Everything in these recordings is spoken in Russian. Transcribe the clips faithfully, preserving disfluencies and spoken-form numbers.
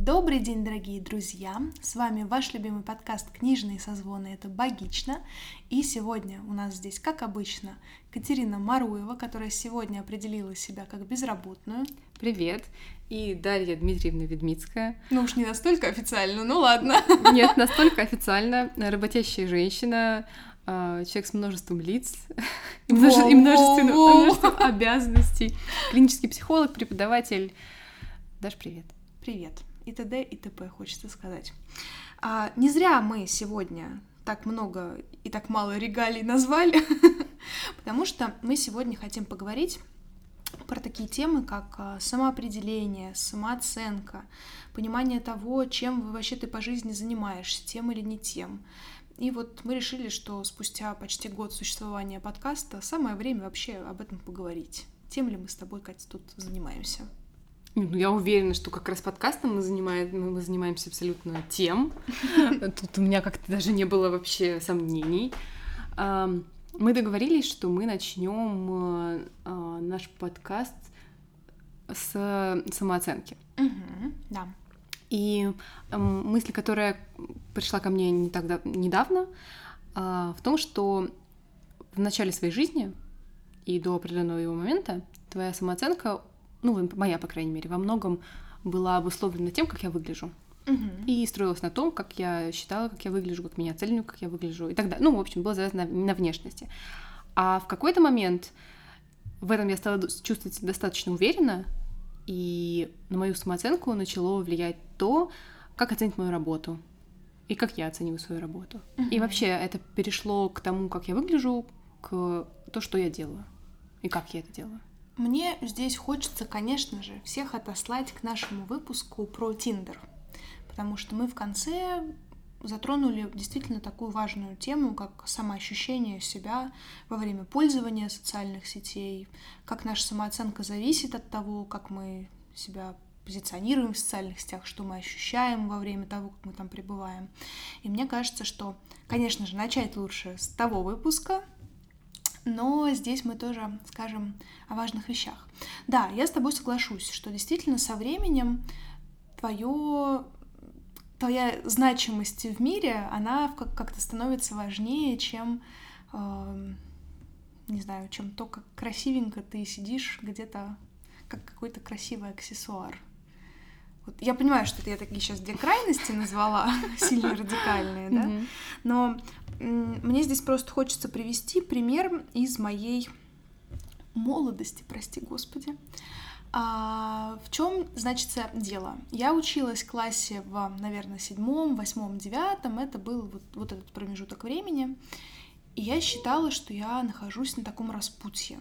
Добрый день, дорогие друзья! С вами ваш любимый подкаст «Книжные созвоны» — это «Богично». И сегодня у нас здесь, как обычно, Катерина Маруева, которая сегодня определила себя как безработную. Привет! И Дарья Дмитриевна Ведмицкая. Ну уж не настолько официально, ну ладно. Нет, настолько официально. Работящая женщина, человек с множеством лиц и множеством обязанностей. Клинический психолог, преподаватель. Даш, привет. Привет. И т.д. и т.п. хочется сказать. А, не зря мы сегодня так много и так мало регалий назвали, потому что мы сегодня хотим поговорить про такие темы, как самоопределение, самооценка, понимание того, чем вы вообще ты по жизни занимаешься, тем или не тем. И вот мы решили, что спустя почти год существования подкаста самое время вообще об этом поговорить. Тем ли мы с тобой, Катя, тут занимаемся? Ну, я уверена, что как раз подкастом мы, занимаем, мы занимаемся абсолютно тем. Тут у меня как-то даже не было вообще сомнений. Мы договорились, что мы начнем наш подкаст с самооценки. Угу, да. И мысль, которая пришла ко мне не так недавно, в том, что в начале своей жизни и до определенного его момента твоя самооценка, ну, моя, по крайней мере, во многом была обусловлена тем, как я выгляжу. Uh-huh. И строилась на том, как я считала, как я выгляжу, как меня оценивают, как я выгляжу и так далее. Ну, в общем, было завязано на, на внешности. А в какой-то момент в этом я стала чувствовать себя достаточно уверенно, и на мою самооценку начало влиять то, как оценить мою работу, и как я оцениваю свою работу. Uh-huh. И вообще это перешло к тому, как я выгляжу, к тому, что я делаю, и как я это делаю. Мне здесь хочется, конечно же, всех отослать к нашему выпуску про Тиндер, потому что мы в конце затронули действительно такую важную тему, как самоощущение себя во время пользования социальных сетей, как наша самооценка зависит от того, как мы себя позиционируем в социальных сетях, что мы ощущаем во время того, как мы там пребываем. И мне кажется, что, конечно же, начать лучше с того выпуска, но здесь мы тоже скажем о важных вещах. Да, я с тобой соглашусь, что действительно со временем твое, твоя значимость в мире, она как-то становится важнее, чем, э, не знаю, чем то, как красивенько ты сидишь где-то, как какой-то красивый аксессуар. Вот я понимаю, что это я такие сейчас две крайности назвала, сильно радикальные, да? Mm-hmm. Но м- мне здесь просто хочется привести пример из моей молодости, прости господи. А, в чем, значит, дело? Я училась в классе в, наверное, седьмом, восьмом, девятом. Это был вот, вот этот промежуток времени. И я считала, что я нахожусь на таком распутье.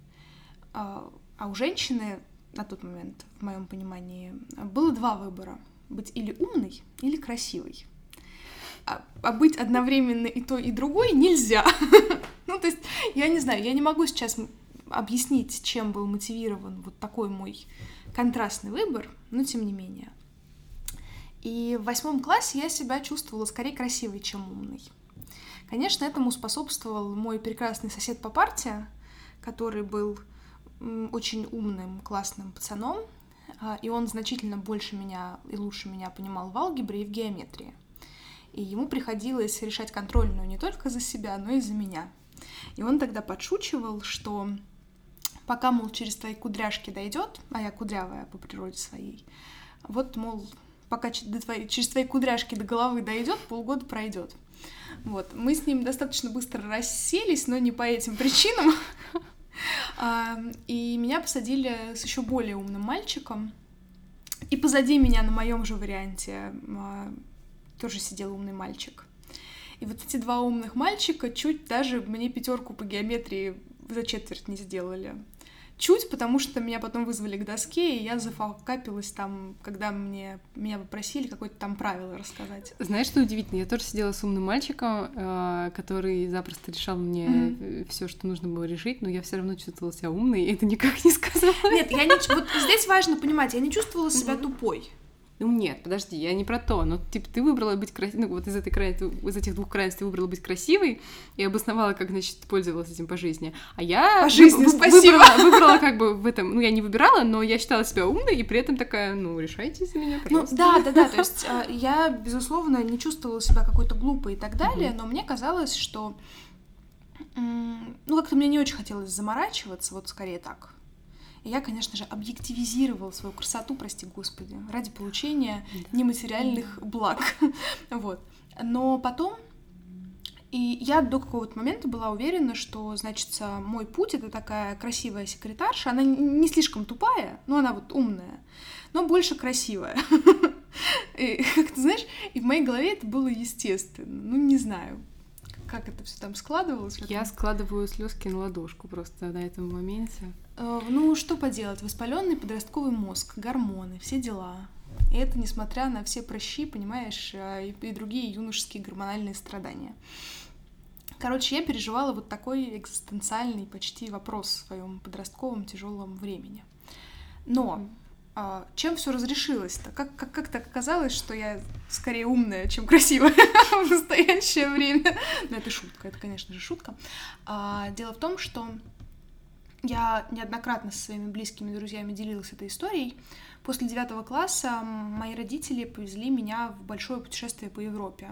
А, а у женщины на тот момент, в моем понимании, было два выбора. Быть или умной, или красивой. А, а быть одновременно и то, и другой нельзя. Ну, то есть, я не знаю, я не могу сейчас объяснить, чем был мотивирован вот такой мой контрастный выбор, но тем не менее. И в восьмом классе я себя чувствовала скорее красивой, чем умной. Конечно, этому способствовал мой прекрасный сосед по парте, который был очень умным, классным пацаном, и он значительно больше меня и лучше меня понимал в алгебре и в геометрии. И ему приходилось решать контрольную не только за себя, но и за меня. И он тогда подшучивал, что пока, мол, через твои кудряшки дойдет, а я кудрявая по природе своей, вот, мол, пока до твоей, через твои кудряшки до головы дойдет, полгода пройдет. Вот. Мы с ним достаточно быстро расселись, но не по этим причинам. И меня посадили с еще более умным мальчиком. И позади меня на моем же варианте тоже сидел умный мальчик. И вот эти два умных мальчика чуть даже мне пятерку по геометрии за четверть не сделали. Чуть, потому что меня потом вызвали к доске, и я зафакапилась там, когда мне, меня попросили какое-то там правило рассказать. Знаешь, что удивительно? Я тоже сидела с умным мальчиком, который запросто решал мне mm-hmm. все, что нужно было решить, но я все равно чувствовала себя умной, и это никак не сказала. Нет, я не... вот здесь важно понимать, я не чувствовала себя mm-hmm. тупой. Ну нет, подожди, я не про то, но типа ты выбрала быть красивой, ну вот из этой крайности, из этих двух крайностей ты выбрала быть красивой и обосновала, как, значит, пользовалась этим по жизни. А я по жизни, вы, спасибо. Выбрала, выбрала как бы в этом, ну я не выбирала, но я считала себя умной и при этом такая, ну решайте за меня, пожалуйста. Ну да, да, да, то есть я, безусловно, не чувствовала себя какой-то глупой и так далее, mm-hmm. но мне казалось, что, ну как-то мне не очень хотелось заморачиваться, вот скорее так. И я, конечно же, объективизировала свою красоту, прости господи, ради получения да. нематериальных благ. Вот. Но потом, и я до какого-то момента была уверена, что, значит, мой путь — это такая красивая секретарша, она не слишком тупая, но она вот умная, но больше красивая. И, как ты знаешь, и в моей голове это было естественно. Ну, не знаю, как это все там складывалось. Я складываю слезки на ладошку просто на этом моменте. Ну, что поделать, воспаленный подростковый мозг, гормоны, все дела. И это несмотря на все прыщи, понимаешь, и, и другие юношеские гормональные страдания. Короче, я переживала вот такой экзистенциальный почти вопрос в своем подростковом тяжелом времени. Но а, чем все разрешилось-то? Как, как, как так оказалось, что я скорее умная, чем красивая в настоящее время? Ну, это шутка, это, конечно же, шутка. А, дело в том, что я неоднократно со своими близкими друзьями делилась этой историей. После девятого класса мои родители повезли меня в большое путешествие по Европе.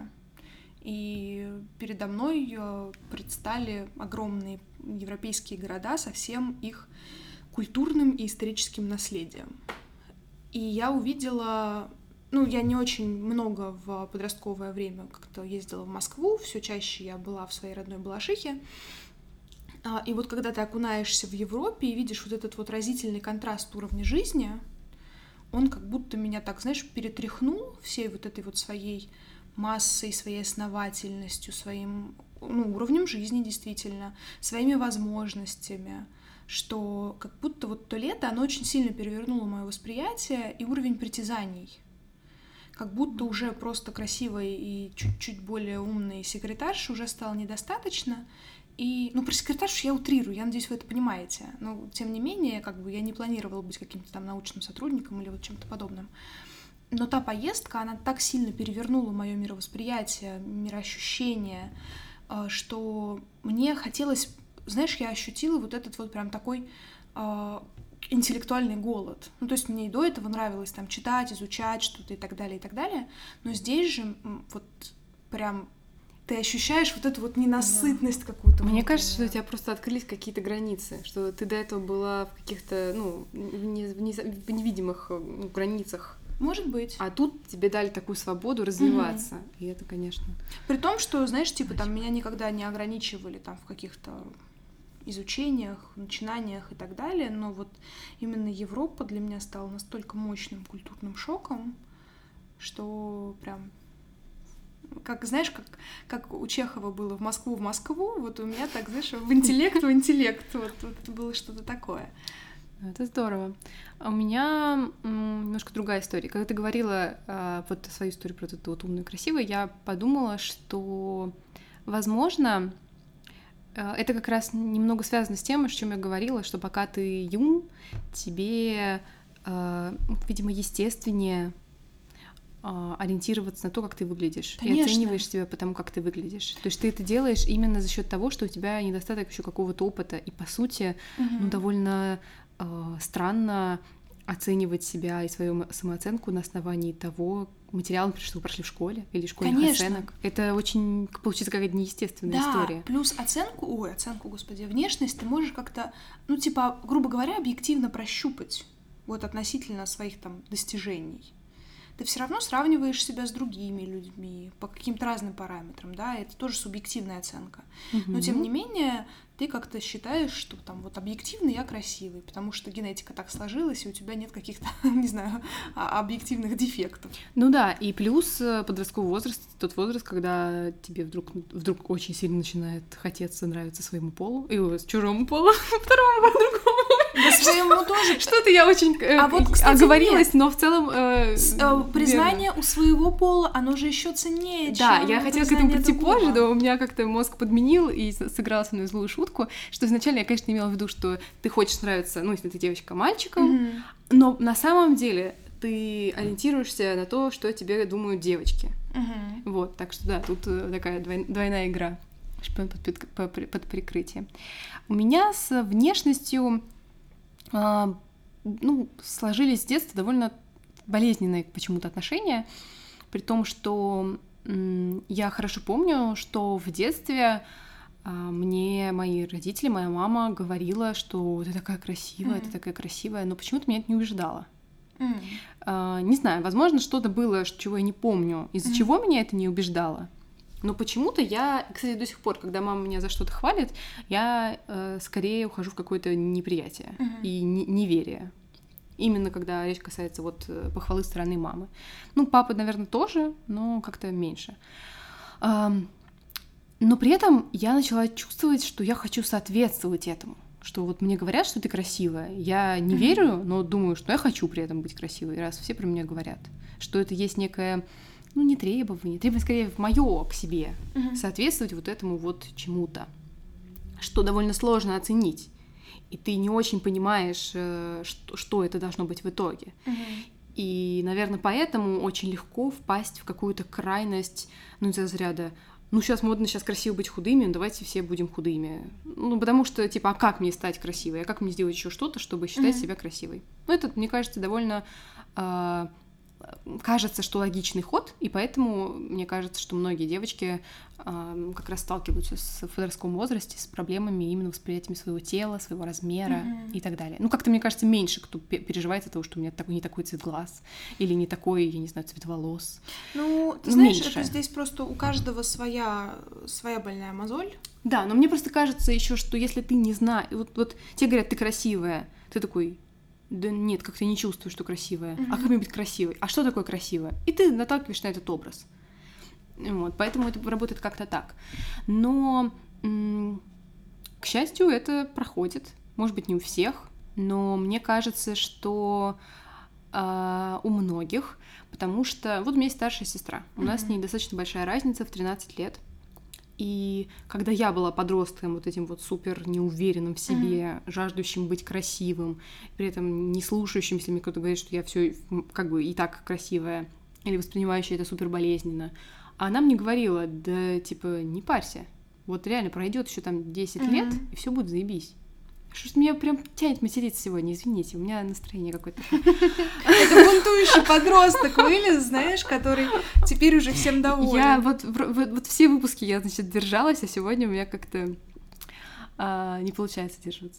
И передо мной предстали огромные европейские города со всем их культурным и историческим наследием. И я увидела... Ну, я не очень много в подростковое время как-то ездила в Москву, все чаще я была в своей родной Балашихе. И вот когда ты окунаешься в Европе и видишь вот этот вот разительный контраст уровня жизни, он как будто меня так, знаешь, перетряхнул всей вот этой вот своей массой, своей основательностью, своим, ну, уровнем жизни действительно, своими возможностями, что как будто вот то лето, оно очень сильно перевернуло мое восприятие и уровень притязаний. Как будто уже просто красивой и чуть-чуть более умной секретарши уже стало недостаточно. И, ну, про секретаршу я утрирую, я надеюсь, вы это понимаете. Но, тем не менее, как бы я не планировала быть каким-то там научным сотрудником или вот чем-то подобным. Но та поездка, она так сильно перевернула мое мировосприятие, мироощущение, что мне хотелось, знаешь, я ощутила вот этот вот прям такой э, интеллектуальный голод. Ну, то есть мне и до этого нравилось там читать, изучать что-то и так далее, и так далее. Но здесь же вот прям... ты ощущаешь вот эту вот ненасытность да. какую-то. Мне внутреннюю. Кажется, что у тебя просто открылись какие-то границы, что ты до этого была в каких-то, ну, в, не, в, не, в невидимых ну, границах. Может быть. А тут тебе дали такую свободу развиваться. Mm-hmm. И это, конечно... При том, что, знаешь, типа там меня никогда не ограничивали там в каких-то изучениях, начинаниях и так далее, но вот именно Европа для меня стала настолько мощным культурным шоком, что прям... Как, знаешь, как, как у Чехова было в Москву, в Москву, вот у меня так, знаешь, в интеллект, в интеллект, вот, вот было что-то такое. Это здорово. А у меня м, немножко другая история. Когда ты говорила а, вот свою историю про эту вот умную и красивую, я подумала, что, возможно, а, это как раз немного связано с тем, о чем я говорила, что пока ты юн, тебе, а, видимо, естественнее ориентироваться на то, как ты выглядишь. Конечно. И оцениваешь себя по тому, как ты выглядишь. То есть ты это делаешь именно за счет того, что у тебя недостаток еще какого-то опыта. И, по сути, угу. ну, довольно э, странно оценивать себя и свою самооценку на основании того материала, например, что вы прошли в школе или школьных Конечно. Оценок. Это очень, получится, какая-то неестественная да, история. Да, плюс оценку, ой, оценку, господи, внешность ты можешь как-то, ну, типа, грубо говоря, объективно прощупать вот относительно своих там достижений. Ты все равно сравниваешь себя с другими людьми по каким-то разным параметрам, да, это тоже субъективная оценка. Mm-hmm. Но, тем не менее, ты как-то считаешь, что там вот объективно я красивый, потому что генетика так сложилась, и у тебя нет каких-то, не знаю, объективных дефектов. Ну да, и плюс подростковый возраст, тот возраст, когда тебе вдруг, вдруг очень сильно начинает хотеться нравиться своему полу, и чужому полу, второму, другому. Да своему тоже. Что-то я очень э, а вот, кстати, оговорилась, нет. Но в целом... Э, С, э, признание верно. У своего пола, оно же еще ценнее, да, чем я хотела к этому прийти позже, но у меня как-то мозг подменил и сыграл со мной злую шутку, что изначально я, конечно, имела в виду, что ты хочешь нравиться, ну, если ты девочка, мальчиком, mm-hmm. но на самом деле... ты ориентируешься на то, что о тебе думают девочки. Угу. Вот, так что да, тут такая двойная игра, шпион под, под, под прикрытием. У меня с внешностью а, ну, сложились с детства довольно болезненные почему-то отношения, при том, что м, я хорошо помню, что в детстве а, мне мои родители, моя мама говорила, что ты такая красивая, mm-hmm. ты такая красивая, но почему-то меня это не убеждало. Mm-hmm. А, не знаю, возможно, что-то было, чего я не помню, из-за mm-hmm. чего меня это не убеждало. Но почему-то я, кстати, до сих пор, когда мама меня за что-то хвалит, я э, скорее ухожу в какое-то неприятие mm-hmm. и не- неверие. Именно когда речь касается вот похвалы стороны мамы. Ну, папа, наверное, тоже, но как-то меньше. Но при этом я начала чувствовать, что я хочу соответствовать этому. Что вот мне говорят, что ты красивая. Я не mm-hmm. верю, но думаю, что я хочу при этом быть красивой, раз все про меня говорят. Что это есть некое, ну, не требование, требование скорее в моё к себе. Mm-hmm. Соответствовать вот этому вот чему-то. Что довольно сложно оценить. И ты не очень понимаешь, что, что это должно быть в итоге. Mm-hmm. И, наверное, поэтому очень легко впасть в какую-то крайность, ну, из разряда, ну, сейчас модно, сейчас красиво быть худыми, ну, давайте все будем худыми. Ну, потому что, типа, а как мне стать красивой? А как мне сделать еще что-то, чтобы считать mm-hmm. себя красивой? Ну, это, мне кажется, довольно... Э- кажется, что логичный ход, и поэтому мне кажется, что многие девочки э, как раз сталкиваются с, в подростковом возрасте с проблемами именно восприятием своего тела, своего размера mm-hmm. и так далее. Ну, как-то, мне кажется, меньше кто переживает от того, что у меня такой, не такой цвет глаз или не такой, я не знаю, цвет волос. Ну, ты знаешь, меньше. Это здесь просто у каждого своя, своя больная мозоль. Да, но мне просто кажется еще, что если ты не знаешь... Вот, вот тебе говорят, ты красивая, ты такой... Да нет, как ты не чувствуешь, что красивая. Mm-hmm. А как мне быть красивой? А что такое красивое? И ты наталкиваешься на этот образ. Вот, поэтому это работает как-то так. Но, м- к счастью, это проходит. Может быть, не у всех, но мне кажется, что э- у многих, потому что... Вот у меня есть старшая сестра. У mm-hmm. нас с ней достаточно большая разница в тринадцать лет. И когда я была подростком, вот этим вот супер неуверенным в себе, mm-hmm. жаждущим быть красивым, при этом не слушающим, если мне кто-то говорит, что я все как бы и так красивая, или воспринимающая это супер болезненно, а она мне говорила, да типа не парься, вот реально пройдет еще там десять mm-hmm. лет, и все будет заебись. Что-то меня прям тянет материться сегодня, извините, у меня настроение какое-то. Это бунтующий подросток вылез, знаешь, который теперь уже всем доволен. Я вот, вот, вот все выпуски я, значит, держалась, а сегодня у меня как-то а, не получается держаться.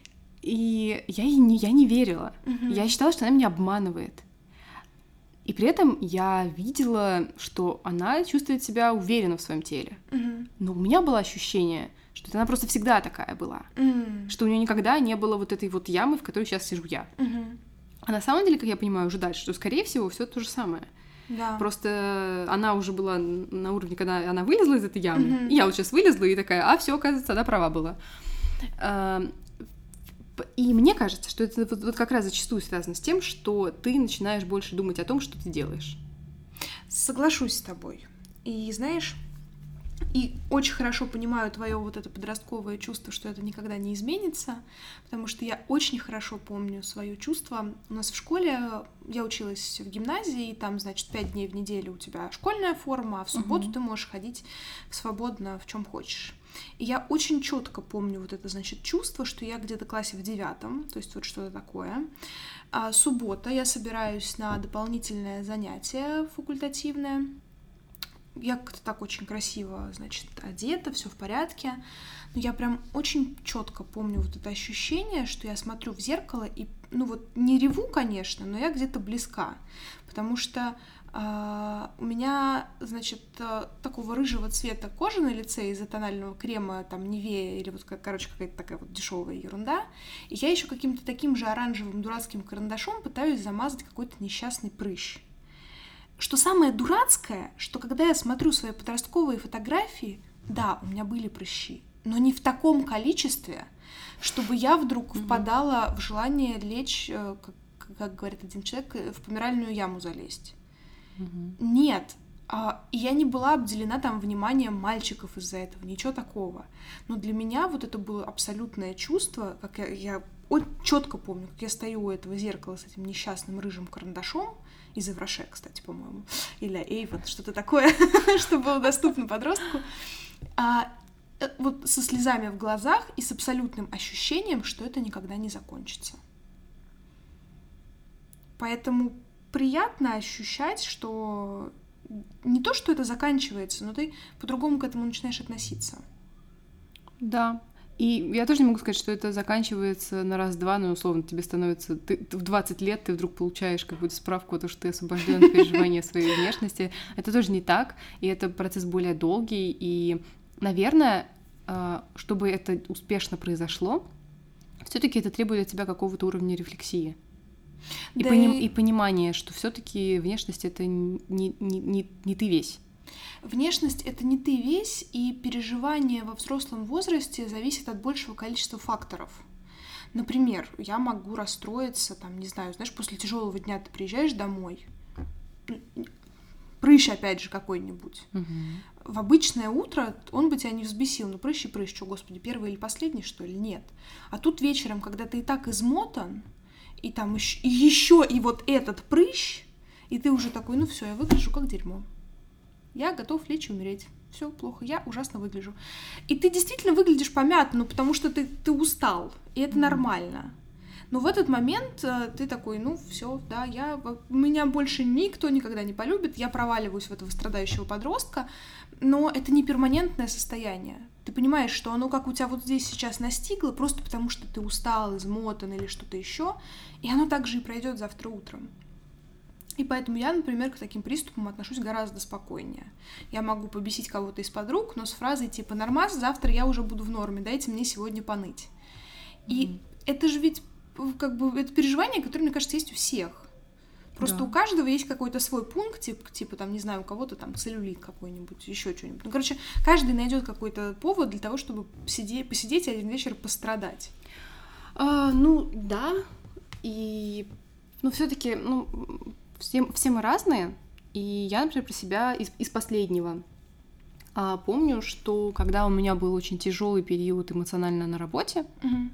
И я ей не, я не верила. Uh-huh. Я считала, что она меня обманывает. И при этом я видела, что она чувствует себя уверенно в своем теле. Uh-huh. Но у меня было ощущение, что она просто всегда такая была. Mm. Что у нее никогда не было вот этой вот ямы, в которой сейчас сижу я. Mm-hmm. А на самом деле, как я понимаю уже дальше, что, скорее всего, все то же самое. Да. Просто она уже была на уровне, когда она вылезла из этой ямы, Mm-hmm. и я вот сейчас вылезла и такая, а все, оказывается, она права была. И мне кажется, что это вот, вот как раз зачастую связано с тем, что ты начинаешь больше думать о том, что ты делаешь. Соглашусь с тобой. И знаешь... И очень хорошо понимаю твое вот это подростковое чувство, что это никогда не изменится, потому что я очень хорошо помню свое чувство. У нас в школе, я училась в гимназии, и там, значит, пять дней в неделю у тебя школьная форма, а в субботу uh-huh. ты можешь ходить свободно в чем хочешь. И я очень четко помню вот это, значит, чувство, что я где-то в классе в девятом, то есть вот что-то такое. А суббота, я собираюсь на дополнительное занятие факультативное. Я как-то так очень красиво, значит, одета, все в порядке. Но я прям очень четко помню вот это ощущение, что я смотрю в зеркало и, ну вот, не реву, конечно, но я где-то близка. Потому что э, у меня, значит, э, такого рыжего цвета кожа на лице из-за тонального крема, там, Nivea или вот, короче, какая-то такая вот дешевая ерунда. И я еще каким-то таким же оранжевым дурацким карандашом пытаюсь замазать какой-то несчастный прыщ. Что самое дурацкое, что когда я смотрю свои подростковые фотографии, да, у меня были прыщи, но не в таком количестве, чтобы я вдруг mm-hmm. впадала в желание лечь, как, как говорит один человек, в помиральную яму залезть. Mm-hmm. Нет. И я не была обделена там вниманием мальчиков из-за этого, ничего такого. Но для меня вот это было абсолютное чувство, как я, я четко помню, как я стою у этого зеркала с этим несчастным рыжим карандашом, из Эвроше, кстати, по-моему, или Avon, что-то такое, что было доступно подростку, а, вот со слезами в глазах и с абсолютным ощущением, что это никогда не закончится. Поэтому приятно ощущать, что не то, что это заканчивается, но ты по-другому к этому начинаешь относиться. Да. И я тоже не могу сказать, что это заканчивается на раз-два, но условно тебе становится... Ты, ты в двадцать лет ты вдруг получаешь какую-то справку о том, что ты освобожден от переживания своей внешности. Это тоже не так, и это процесс более долгий. И, наверное, чтобы это успешно произошло, все-таки это требует от тебя какого-то уровня рефлексии. И, да поним... и... и понимания, что все-таки внешность — это не, не, не, не ты весь. Внешность — это не ты весь, и переживание во взрослом возрасте зависит от большего количества факторов. Например, я могу расстроиться, там, не знаю, знаешь, после тяжелого дня ты приезжаешь домой, прыщ опять же какой-нибудь. Угу. В обычное утро он бы тебя не взбесил, ну прыщ и прыщ, что, господи, первый или последний, что ли? Нет. А тут вечером, когда ты и так измотан, и там еще, и еще и вот этот прыщ, и ты уже такой, ну все, я выгляжу как дерьмо. Я готов лечь и умереть. Все плохо, я ужасно выгляжу. И ты действительно выглядишь помято, ну, потому что ты, ты устал, и это mm-hmm. нормально. Но в этот момент ты такой, ну, все, да, я, меня больше никто никогда не полюбит, я проваливаюсь в этого страдающего подростка, но это не перманентное состояние. Ты понимаешь, что оно как у тебя вот здесь сейчас настигло, просто потому что ты устал, измотан или что-то еще, и оно также и пройдет завтра утром. И поэтому я, например, к таким приступам отношусь гораздо спокойнее. Я могу побесить кого-то из подруг, но с фразой типа «нормас, завтра я уже буду в норме, дайте мне сегодня поныть». И mm-hmm. это же ведь как бы это переживание, которое, мне кажется, есть у всех. Просто да. у каждого есть какой-то свой пункт, типа, типа там, не знаю, у кого-то там целлюлит какой-нибудь, еще что-нибудь. Ну, короче, каждый найдет какой-то повод для того, чтобы посидеть, посидеть один вечер пострадать. А, ну, да. И, ну, все-таки, ну... Все, все мы разные, и я, например, про себя из, из последнего а, помню, что когда у меня был очень тяжелый период эмоционально на работе, uh-huh.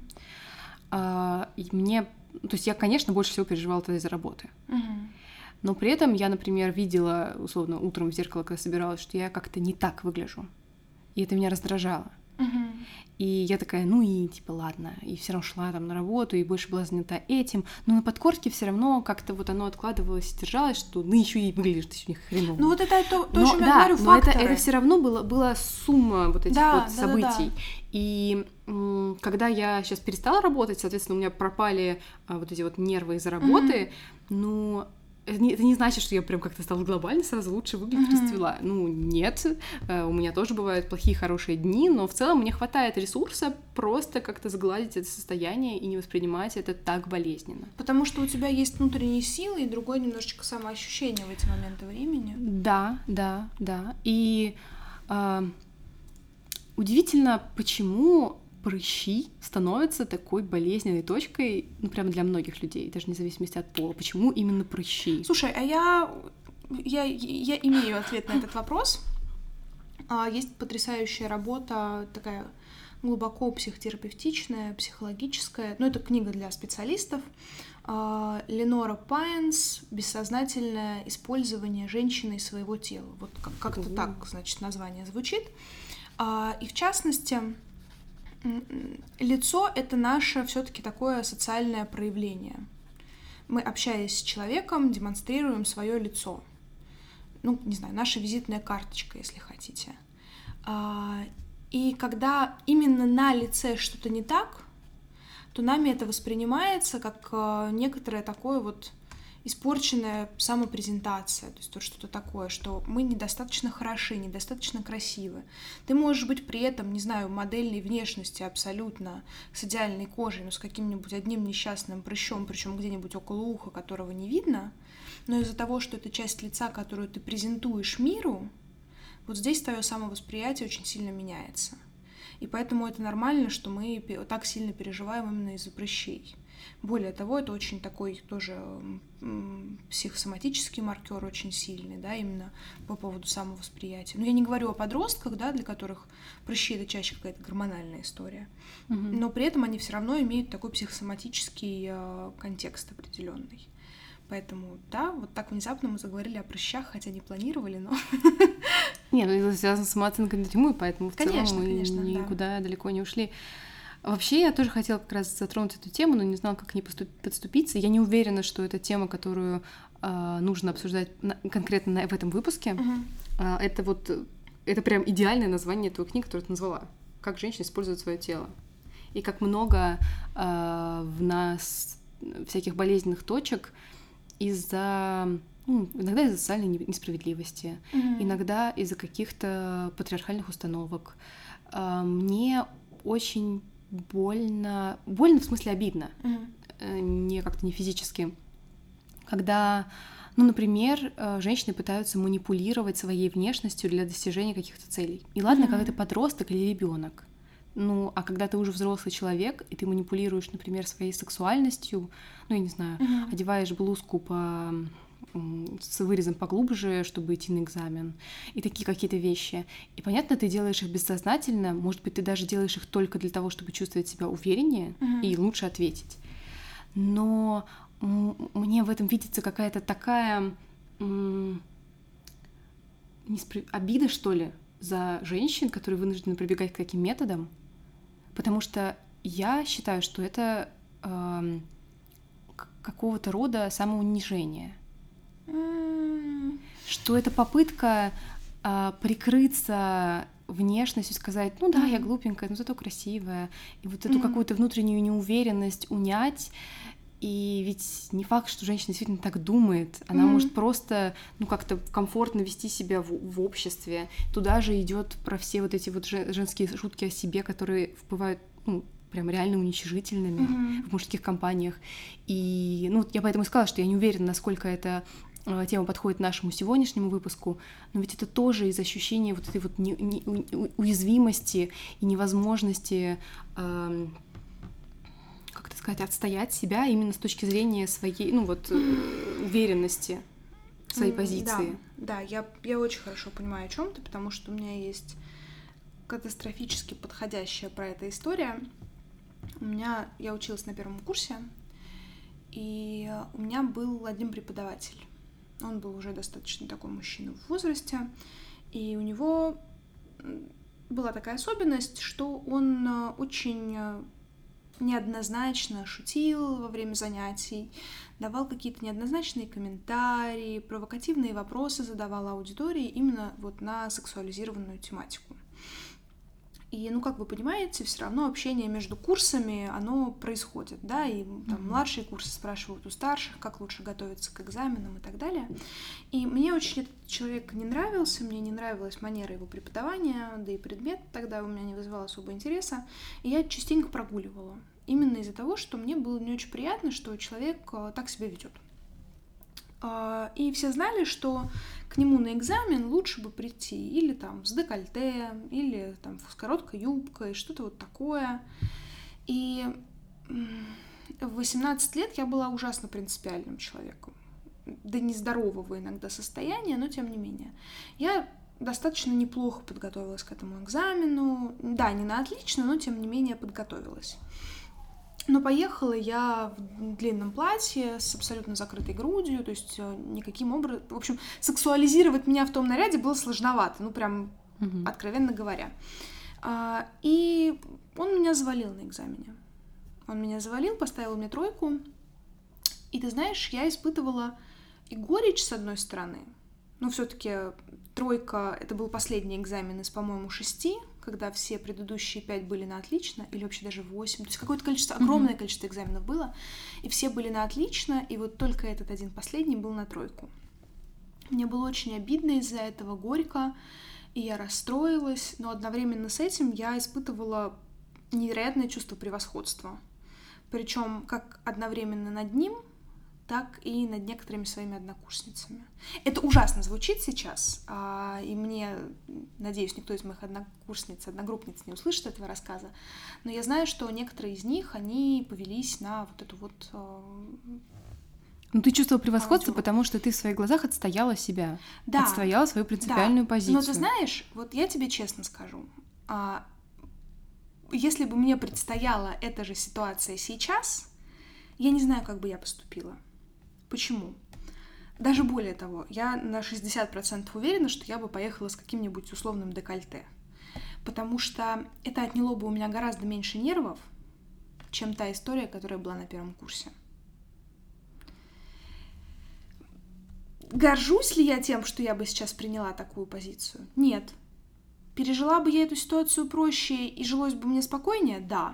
а, и мне, то есть я, конечно, больше всего переживала тогда из-за работы, uh-huh. но при этом я, например, видела, условно, утром в зеркало, когда собиралась, что я как-то не так выгляжу, и это меня раздражало. Uh-huh. И я такая, ну и типа ладно, и все равно шла там на работу, и больше была занята этим, но на подкорке все равно как-то вот оно откладывалось и держалось, что ну еще и выглядишь ты сегодня хреново. Ну вот это то, то но, о чем да, я говорю, но факторы. это, это все равно было, была сумма вот этих да, вот да, событий. Да, да. И м- когда я сейчас перестала работать, соответственно, у меня пропали а, вот эти вот нервы из-за работы, mm-hmm. ну... Это не, это не значит, что я прям как-то стала глобально сразу лучше выглядеть, mm-hmm. расцвела. Ну, нет, э, у меня тоже бывают плохие, хорошие дни, но в целом мне хватает ресурса просто как-то сгладить это состояние и не воспринимать это так болезненно. Потому что у тебя есть внутренние силы и другое немножечко самоощущение в эти моменты времени. Да, да, да. И э, удивительно, почему прыщи становятся такой болезненной точкой, ну, прямо для многих людей, даже вне зависимости от пола. Почему именно прыщи? Слушай, а я, я, я имею ответ на этот вопрос. Есть потрясающая работа, такая глубоко психотерапевтичная, психологическая, ну, это книга для специалистов. Ленора Пайнс «Бессознательное использование женщиной своего тела». Вот как-то mm-hmm. так, значит, название звучит. И в частности... Лицо — это наше все-таки такое социальное проявление. Мы, общаясь с человеком, демонстрируем свое лицо. Ну, не знаю, наша визитная карточка, если хотите. И когда именно на лице что-то не так, то нами это воспринимается как некоторое такое вот испорченная самопрезентация, то есть то что-то такое, что мы недостаточно хороши, недостаточно красивы. Ты можешь быть при этом, не знаю, модельной внешности абсолютно, с идеальной кожей, но с каким-нибудь одним несчастным прыщом, причем где-нибудь около уха, которого не видно, но из-за того, что это часть лица, которую ты презентуешь миру, вот здесь твое самовосприятие очень сильно меняется. И поэтому это нормально, что мы так сильно переживаем именно из-за прыщей. Более того, это очень такой тоже психосоматический маркер очень сильный, да, именно по поводу самовосприятия. Но я не говорю о подростках, да, для которых прыщи — это чаще какая-то гормональная история, угу. но при этом они все равно имеют такой психосоматический э, контекст определенный. Поэтому, да, вот так внезапно мы заговорили о прыщах, хотя не планировали, но... Не, ну это связано с самооценкой на тему, поэтому в конечно, целом мы конечно, никуда да. далеко не ушли. Вообще, я тоже хотела как раз затронуть эту тему, но не знала, как к ней подступиться. Я не уверена, что это тема, которую э, нужно обсуждать на, конкретно на, в этом выпуске. Uh-huh. Э, это вот, это прям идеальное название той книги, которую ты назвала. «Как женщина использует свое тело». И как много э, в нас всяких болезненных точек из-за... Ну, иногда из-за социальной несправедливости, uh-huh. иногда из-за каких-то патриархальных установок. Э, мне очень... больно, больно в смысле обидно, uh-huh. не как-то не физически, когда, ну, например, женщины пытаются манипулировать своей внешностью для достижения каких-то целей. И ладно, uh-huh. когда ты подросток или ребенок, ну, а когда ты уже взрослый человек, и ты манипулируешь, например, своей сексуальностью, ну, я не знаю, uh-huh. одеваешь блузку по... с вырезом поглубже, чтобы идти на экзамен, и такие какие-то вещи. И понятно, ты делаешь их бессознательно, может быть, ты даже делаешь их только для того, чтобы чувствовать себя увереннее uh-huh. и лучше ответить. Но м- мне в этом видится какая-то такая м- неспро... обида, что ли, за женщин, которые вынуждены прибегать к таким методам, потому что я считаю, что это э- какого-то рода самоунижение. Что это попытка а, прикрыться внешностью, сказать, ну да, я глупенькая, но зато красивая, и вот эту mm-hmm. какую-то внутреннюю неуверенность унять. И ведь не факт, что женщина действительно так думает, она mm-hmm. может просто, ну, как-то комфортно вести себя в, в обществе. Туда же идет про все вот эти вот женские шутки о себе, которые бывают, ну, прям реально уничижительными mm-hmm. в мужских компаниях. И, ну, я поэтому и сказала, что я не уверена, насколько эта э, тема подходит нашему сегодняшнему выпуску, но ведь это тоже из ощущения вот этой вот не, не, у, уязвимости и невозможности, э, как это сказать, отстоять себя именно с точки зрения своей, ну, вот, э, уверенности в своей позиции. Да, да, я, я очень хорошо понимаю, о чем ты, потому что у меня есть катастрофически подходящая про это история. У меня, я училась на первом курсе, и у меня был один преподаватель. Он был уже достаточно такой мужчина в возрасте, и у него была такая особенность, что он очень неоднозначно шутил во время занятий, давал какие-то неоднозначные комментарии, провокативные вопросы задавал аудитории именно вот на сексуализированную тематику. И, ну, как вы понимаете, все равно общение между курсами, оно происходит, да, и там mm-hmm. младшие курсы спрашивают у старших, как лучше готовиться к экзаменам и так далее. И мне очень этот человек не нравился, мне не нравилась манера его преподавания, да и предмет тогда у меня не вызывал особого интереса, и я частенько прогуливала. Именно из-за того, что мне было не очень приятно, что человек так себя ведет. И все знали, что к нему на экзамен лучше бы прийти или там с декольте, или там с короткой юбкой, что-то вот такое. И в восемнадцать лет я была ужасно принципиальным человеком. До нездорового иногда состояния, но тем не менее. Я достаточно неплохо подготовилась к этому экзамену. Да, не на отлично, но тем не менее подготовилась. Но поехала я в длинном платье с абсолютно закрытой грудью, то есть никаким образом... В общем, сексуализировать меня в том наряде было сложновато, ну, прям mm-hmm. откровенно говоря. И он меня завалил на экзамене. Он меня завалил, поставил мне тройку. И ты знаешь, я испытывала и горечь, с одной стороны. Но все-таки тройка — это был последний экзамен из, по-моему, шести, когда все предыдущие пять были на отлично, или вообще даже восемь. То есть какое-то количество, огромное mm-hmm. количество экзаменов было, и все были на отлично, и вот только этот один последний был на тройку. Мне было очень обидно из-за этого, горько, и я расстроилась, но одновременно с этим я испытывала невероятное чувство превосходства. Причем как одновременно над ним, так и над некоторыми своими однокурсницами. Это ужасно звучит сейчас, и мне, надеюсь, никто из моих однокурсниц, одногруппниц не услышит этого рассказа, но я знаю, что некоторые из них, они повелись на вот эту вот... Ну, ты чувствовала превосходство, потому что ты в своих глазах отстояла себя, да, отстояла свою принципиальную да. позицию. Но ты знаешь, вот я тебе честно скажу, если бы мне предстояла эта же ситуация сейчас, я не знаю, как бы я поступила. Почему? Даже более того, я на шестьдесят процентов уверена, что я бы поехала с каким-нибудь условным декольте. Потому что это отняло бы у меня гораздо меньше нервов, чем та история, которая была на первом курсе. Горжусь ли я тем, что я бы сейчас приняла такую позицию? Нет. Пережила бы я эту ситуацию проще и жилось бы мне спокойнее? Да.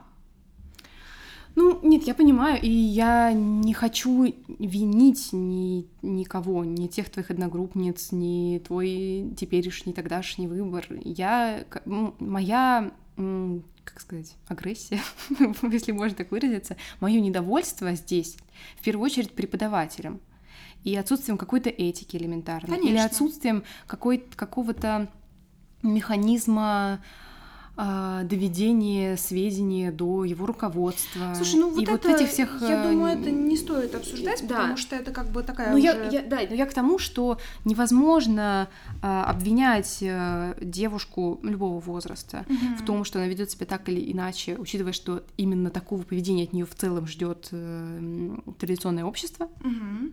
Ну, нет, я понимаю, и я не хочу винить ни, никого, ни тех твоих одногруппниц, ни твой теперешний, тогдашний выбор. Я, моя, как сказать, агрессия, если можно так выразиться, мое недовольство здесь, в первую очередь, преподавателем. И отсутствием какой-то этики элементарной. Конечно. Или отсутствием какой- какого-то механизма э, доведения сведения до его руководства. Слушай, ну вот и это, вот этих всех... я думаю, это не стоит обсуждать, да. Потому что это как бы такая но уже... я, я, да, но я к тому, что невозможно э, обвинять э, девушку любого возраста угу. в том, что она ведет себя так или иначе, учитывая, что именно такого поведения от нее в целом ждет э, традиционное общество. Угу.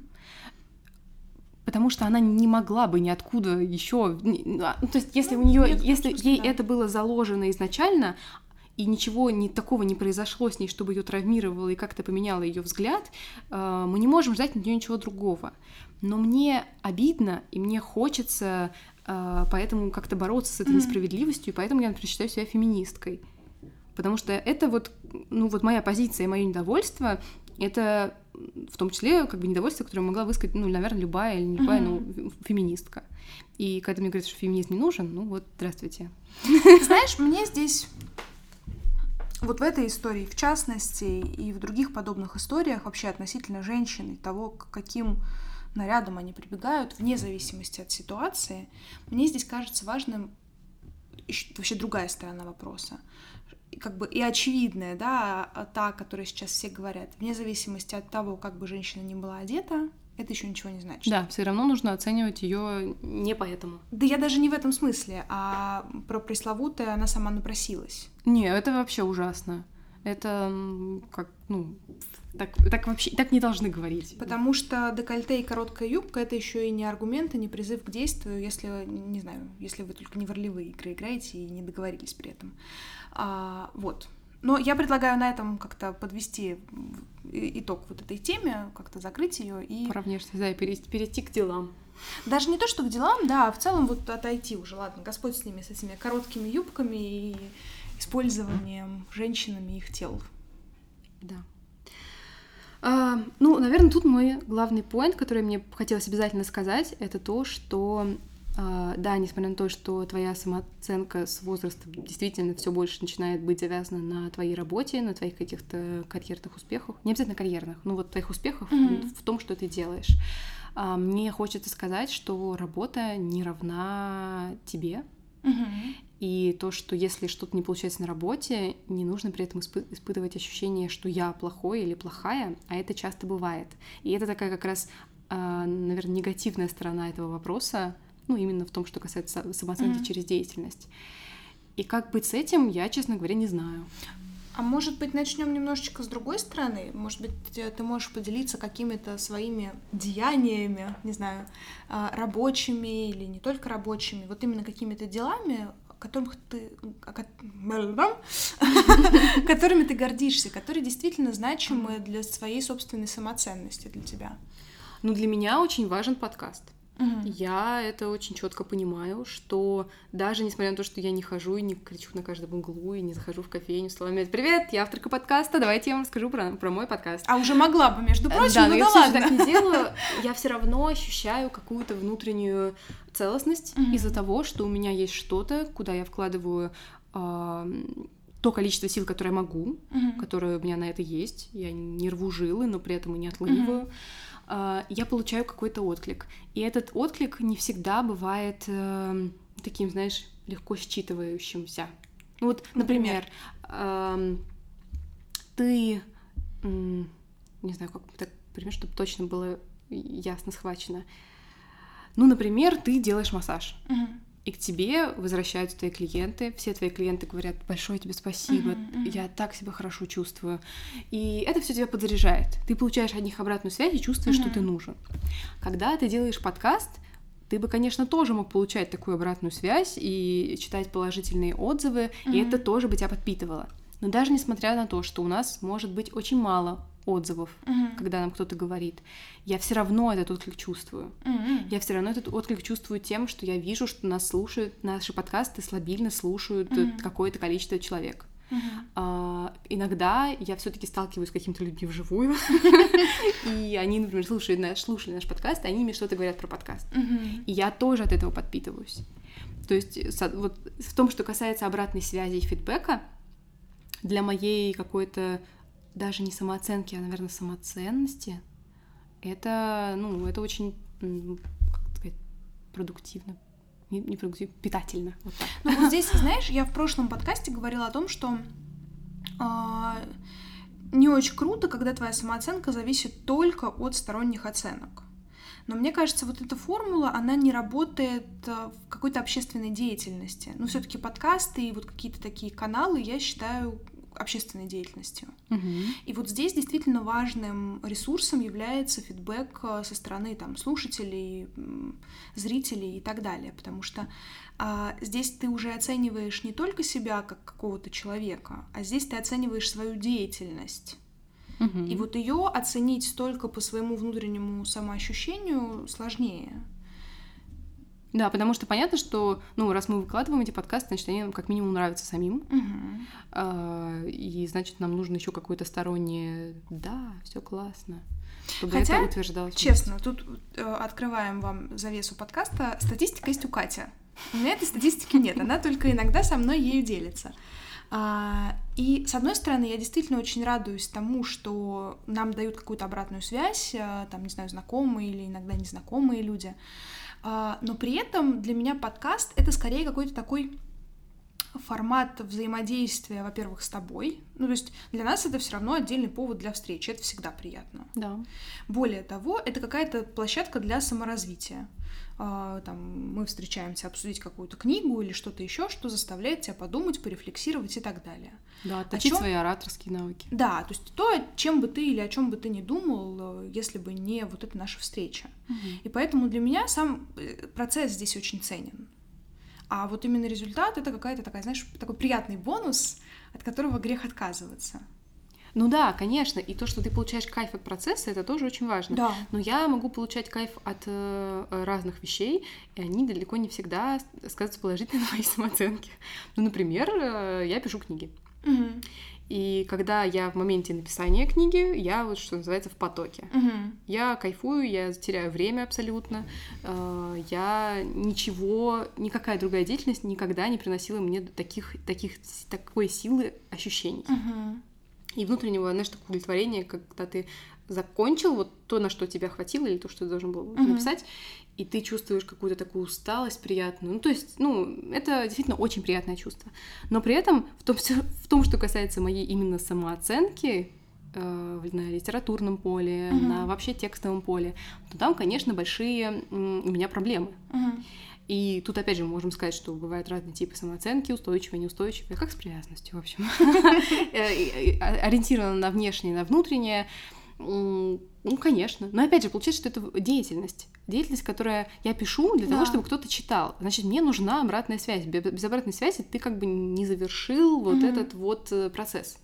Потому что она не могла бы ниоткуда еще, ну, то есть если ну, у нее, если чувствую, ей да. это было заложено изначально и ничего не такого не произошло с ней, чтобы ее травмировало и как-то поменяло ее взгляд, э, мы не можем ждать от нее ничего другого. Но мне обидно и мне хочется э, поэтому как-то бороться с этой mm-hmm. несправедливостью, и поэтому я, например, считаю себя феминисткой, потому что это вот, ну вот моя позиция и мое недовольство. Это в том числе как бы недовольство, которое могла высказать, ну, наверное, любая или не любая, mm-hmm. ну, феминистка. И когда мне говорят, что феминизм не нужен, ну вот, здравствуйте. Знаешь, мне здесь, вот в этой истории, в частности, и в других подобных историях вообще относительно женщин и того, к каким нарядам они прибегают, вне зависимости от ситуации, мне здесь кажется важным вообще другая сторона вопроса. Как бы и очевидная, да, та, о которой сейчас все говорят, вне зависимости от того, как бы женщина ни была одета, это еще ничего не значит. Да, все равно нужно оценивать ее не поэтому. Да я даже не в этом смысле, а про пресловутое она сама напросилась. Не, это вообще ужасно. Это как, ну, так, так вообще так не должны говорить. Потому что декольте и короткая юбка — это еще и не аргумент, и не призыв к действию, если, не знаю, если вы только не в ролевые игры играете и не договорились при этом. А, вот. Но я предлагаю на этом как-то подвести итог вот этой теме, как-то закрыть ее и... Пора внешне, да, перейти, перейти к делам. Даже не то, что к делам, да, а в целом вот отойти уже, ладно, Господь с ними, с этими короткими юбками и использованием женщинами их тел. Да. А, ну, наверное, тут мой главный поинт, который мне хотелось обязательно сказать, это то, что а, да, несмотря на то, что твоя самооценка с возрастом действительно все больше начинает быть завязана на твоей работе, на твоих каких-то карьерных успехах, не обязательно карьерных, но вот твоих успехах mm-hmm. в том, что ты делаешь. А, мне хочется сказать, что работа не равна тебе. Mm-hmm. И то, что если что-то не получается на работе, не нужно при этом испы- испытывать ощущение, что я плохой или плохая, а это часто бывает. И это такая как раз, а, наверное, негативная сторона этого вопроса, ну, именно в том, что касается самооценки mm-hmm. через деятельность. И как быть с этим, я, честно говоря, не знаю. А может быть, начнем немножечко с другой стороны? Может быть, ты можешь поделиться какими-то своими деяниями, не знаю, рабочими или не только рабочими, вот именно какими-то делами, которых ты, которыми ты гордишься, которые действительно значимы для своей собственной самоценности для тебя. Ну, для меня очень важен подкаст. Uh-huh. Я это очень четко понимаю, что даже несмотря на то, что я не хожу и не кричу на каждом углу, и не захожу в кофейню словами «Привет, я авторка подкаста, давайте я вам расскажу про, про мой подкаст». А уже могла бы, между прочим, да, ну но я да ладно. так не делаю, я все равно ощущаю какую-то внутреннюю целостность uh-huh. из-за того, что у меня есть что-то, куда я вкладываю э, то количество сил, которое я могу, uh-huh. которое у меня на это есть, я не рву жилы, но при этом и не отлыниваю, uh-huh. я получаю какой-то отклик. И этот отклик не всегда бывает э, таким, знаешь, легко считывающимся. Ну вот, например, например э, ты, э, не знаю, как так пример, чтобы точно было ясно схвачено. Ну, например, ты делаешь массаж. Uh-huh. И к тебе возвращаются твои клиенты, все твои клиенты говорят: большое тебе спасибо, uh-huh, uh-huh. я так себя хорошо чувствую. И это все тебя подзаряжает. Ты получаешь от них обратную связь и чувствуешь, uh-huh. что ты нужен. Когда ты делаешь подкаст, ты бы, конечно, тоже мог получать такую обратную связь и читать положительные отзывы, uh-huh. и это тоже бы тебя подпитывало. Но даже несмотря на то, что у нас может быть очень мало отзывов, uh-huh. когда нам кто-то говорит, я все равно этот отклик чувствую. Uh-huh. Я все равно этот отклик чувствую тем, что я вижу, что нас слушают, наши подкасты стабильно слушают uh-huh. какое-то количество человек. Uh-huh. А, иногда я все-таки сталкиваюсь с какими-то людьми вживую, и они, например, слушают наш, слушали наш подкаст, и они мне что-то говорят про подкаст. И я тоже от этого подпитываюсь. То есть вот в том, что касается обратной связи и фидбэка, для моей какой-то даже не самооценки, а, наверное, самоценности, это, ну, это очень, как сказать, продуктивно, не, не продуктивно, питательно. Вот так. Ну, вот здесь, знаешь, я в прошлом подкасте говорила о том, что э, не очень круто, когда твоя самооценка зависит только от сторонних оценок. Но мне кажется, вот эта формула, она не работает в какой-то общественной деятельности. Ну, все-таки подкасты и вот какие-то такие каналы я считаю общественной деятельностью. Uh-huh. И вот здесь действительно важным ресурсом является фидбэк со стороны там, слушателей, зрителей и так далее, потому что а, здесь ты уже оцениваешь не только себя как какого-то человека, а здесь ты оцениваешь свою деятельность. Uh-huh. И вот ее оценить только по своему внутреннему самоощущению сложнее. Да, потому что понятно, что, ну, раз мы выкладываем эти подкасты, значит, они нам как минимум нравятся самим. Uh-huh. А, и, значит, нам нужно еще какое-то стороннее «да, все классно», чтобы Хотя, это утверждалось. честно, тут э, открываем вам завесу подкаста. Статистика есть у Кати. У меня этой статистики нет, она только иногда со мной ею делится. А, и, с одной стороны, я действительно очень радуюсь тому, что нам дают какую-то обратную связь, там, не знаю, знакомые или иногда незнакомые люди. Но при этом для меня подкаст — это скорее какой-то такой формат взаимодействия, во-первых, с тобой. Ну, то есть для нас это все равно отдельный повод для встречи. Это всегда приятно. Да. Более того, это какая-то площадка для саморазвития. Там, мы встречаемся обсудить какую-то книгу или что-то еще, что заставляет тебя подумать, порефлексировать и так далее. Да, отточить чем... свои ораторские навыки. Да, то есть то, чем бы ты или о чем бы ты ни думал, если бы не вот эта наша встреча. Угу. И поэтому для меня сам процесс здесь очень ценен. А вот именно результат — это какая-то такая, знаешь, такой приятный бонус, от которого грех отказываться. Ну да, конечно, и то, что ты получаешь кайф от процесса, это тоже очень важно. Да. Но я могу получать кайф от э, разных вещей, и они далеко не всегда сказываются положительно на моей самооценке. Ну, например, э, я пишу книги. Угу. И когда я в моменте написания книги, я вот, что называется, в потоке. Угу. Я кайфую, я теряю время абсолютно. Э, я ничего, никакая другая деятельность никогда не приносила мне таких, таких, такой силы ощущений. Угу. И внутреннего, знаешь, такое удовлетворение, когда ты закончил вот то, на что тебя хватило, или то, что ты должен был uh-huh. написать, и ты чувствуешь какую-то такую усталость приятную. Ну, то есть, ну, это действительно очень приятное чувство. Но при этом в том, в том что касается моей именно самооценки э, на литературном поле, uh-huh. на вообще текстовом поле, то там, конечно, большие м, у меня проблемы. Uh-huh. И тут, опять же, мы можем сказать, что бывают разные типы самооценки, устойчивые, неустойчивые, как с привязанностью, в общем. Ориентировано на внешнее, на внутреннее. Ну, конечно. Но, опять же, получается, что это деятельность. Деятельность, которую я пишу для того, чтобы кто-то читал. Значит, мне нужна обратная связь. Без обратной связи ты как бы не завершил вот этот вот процесс.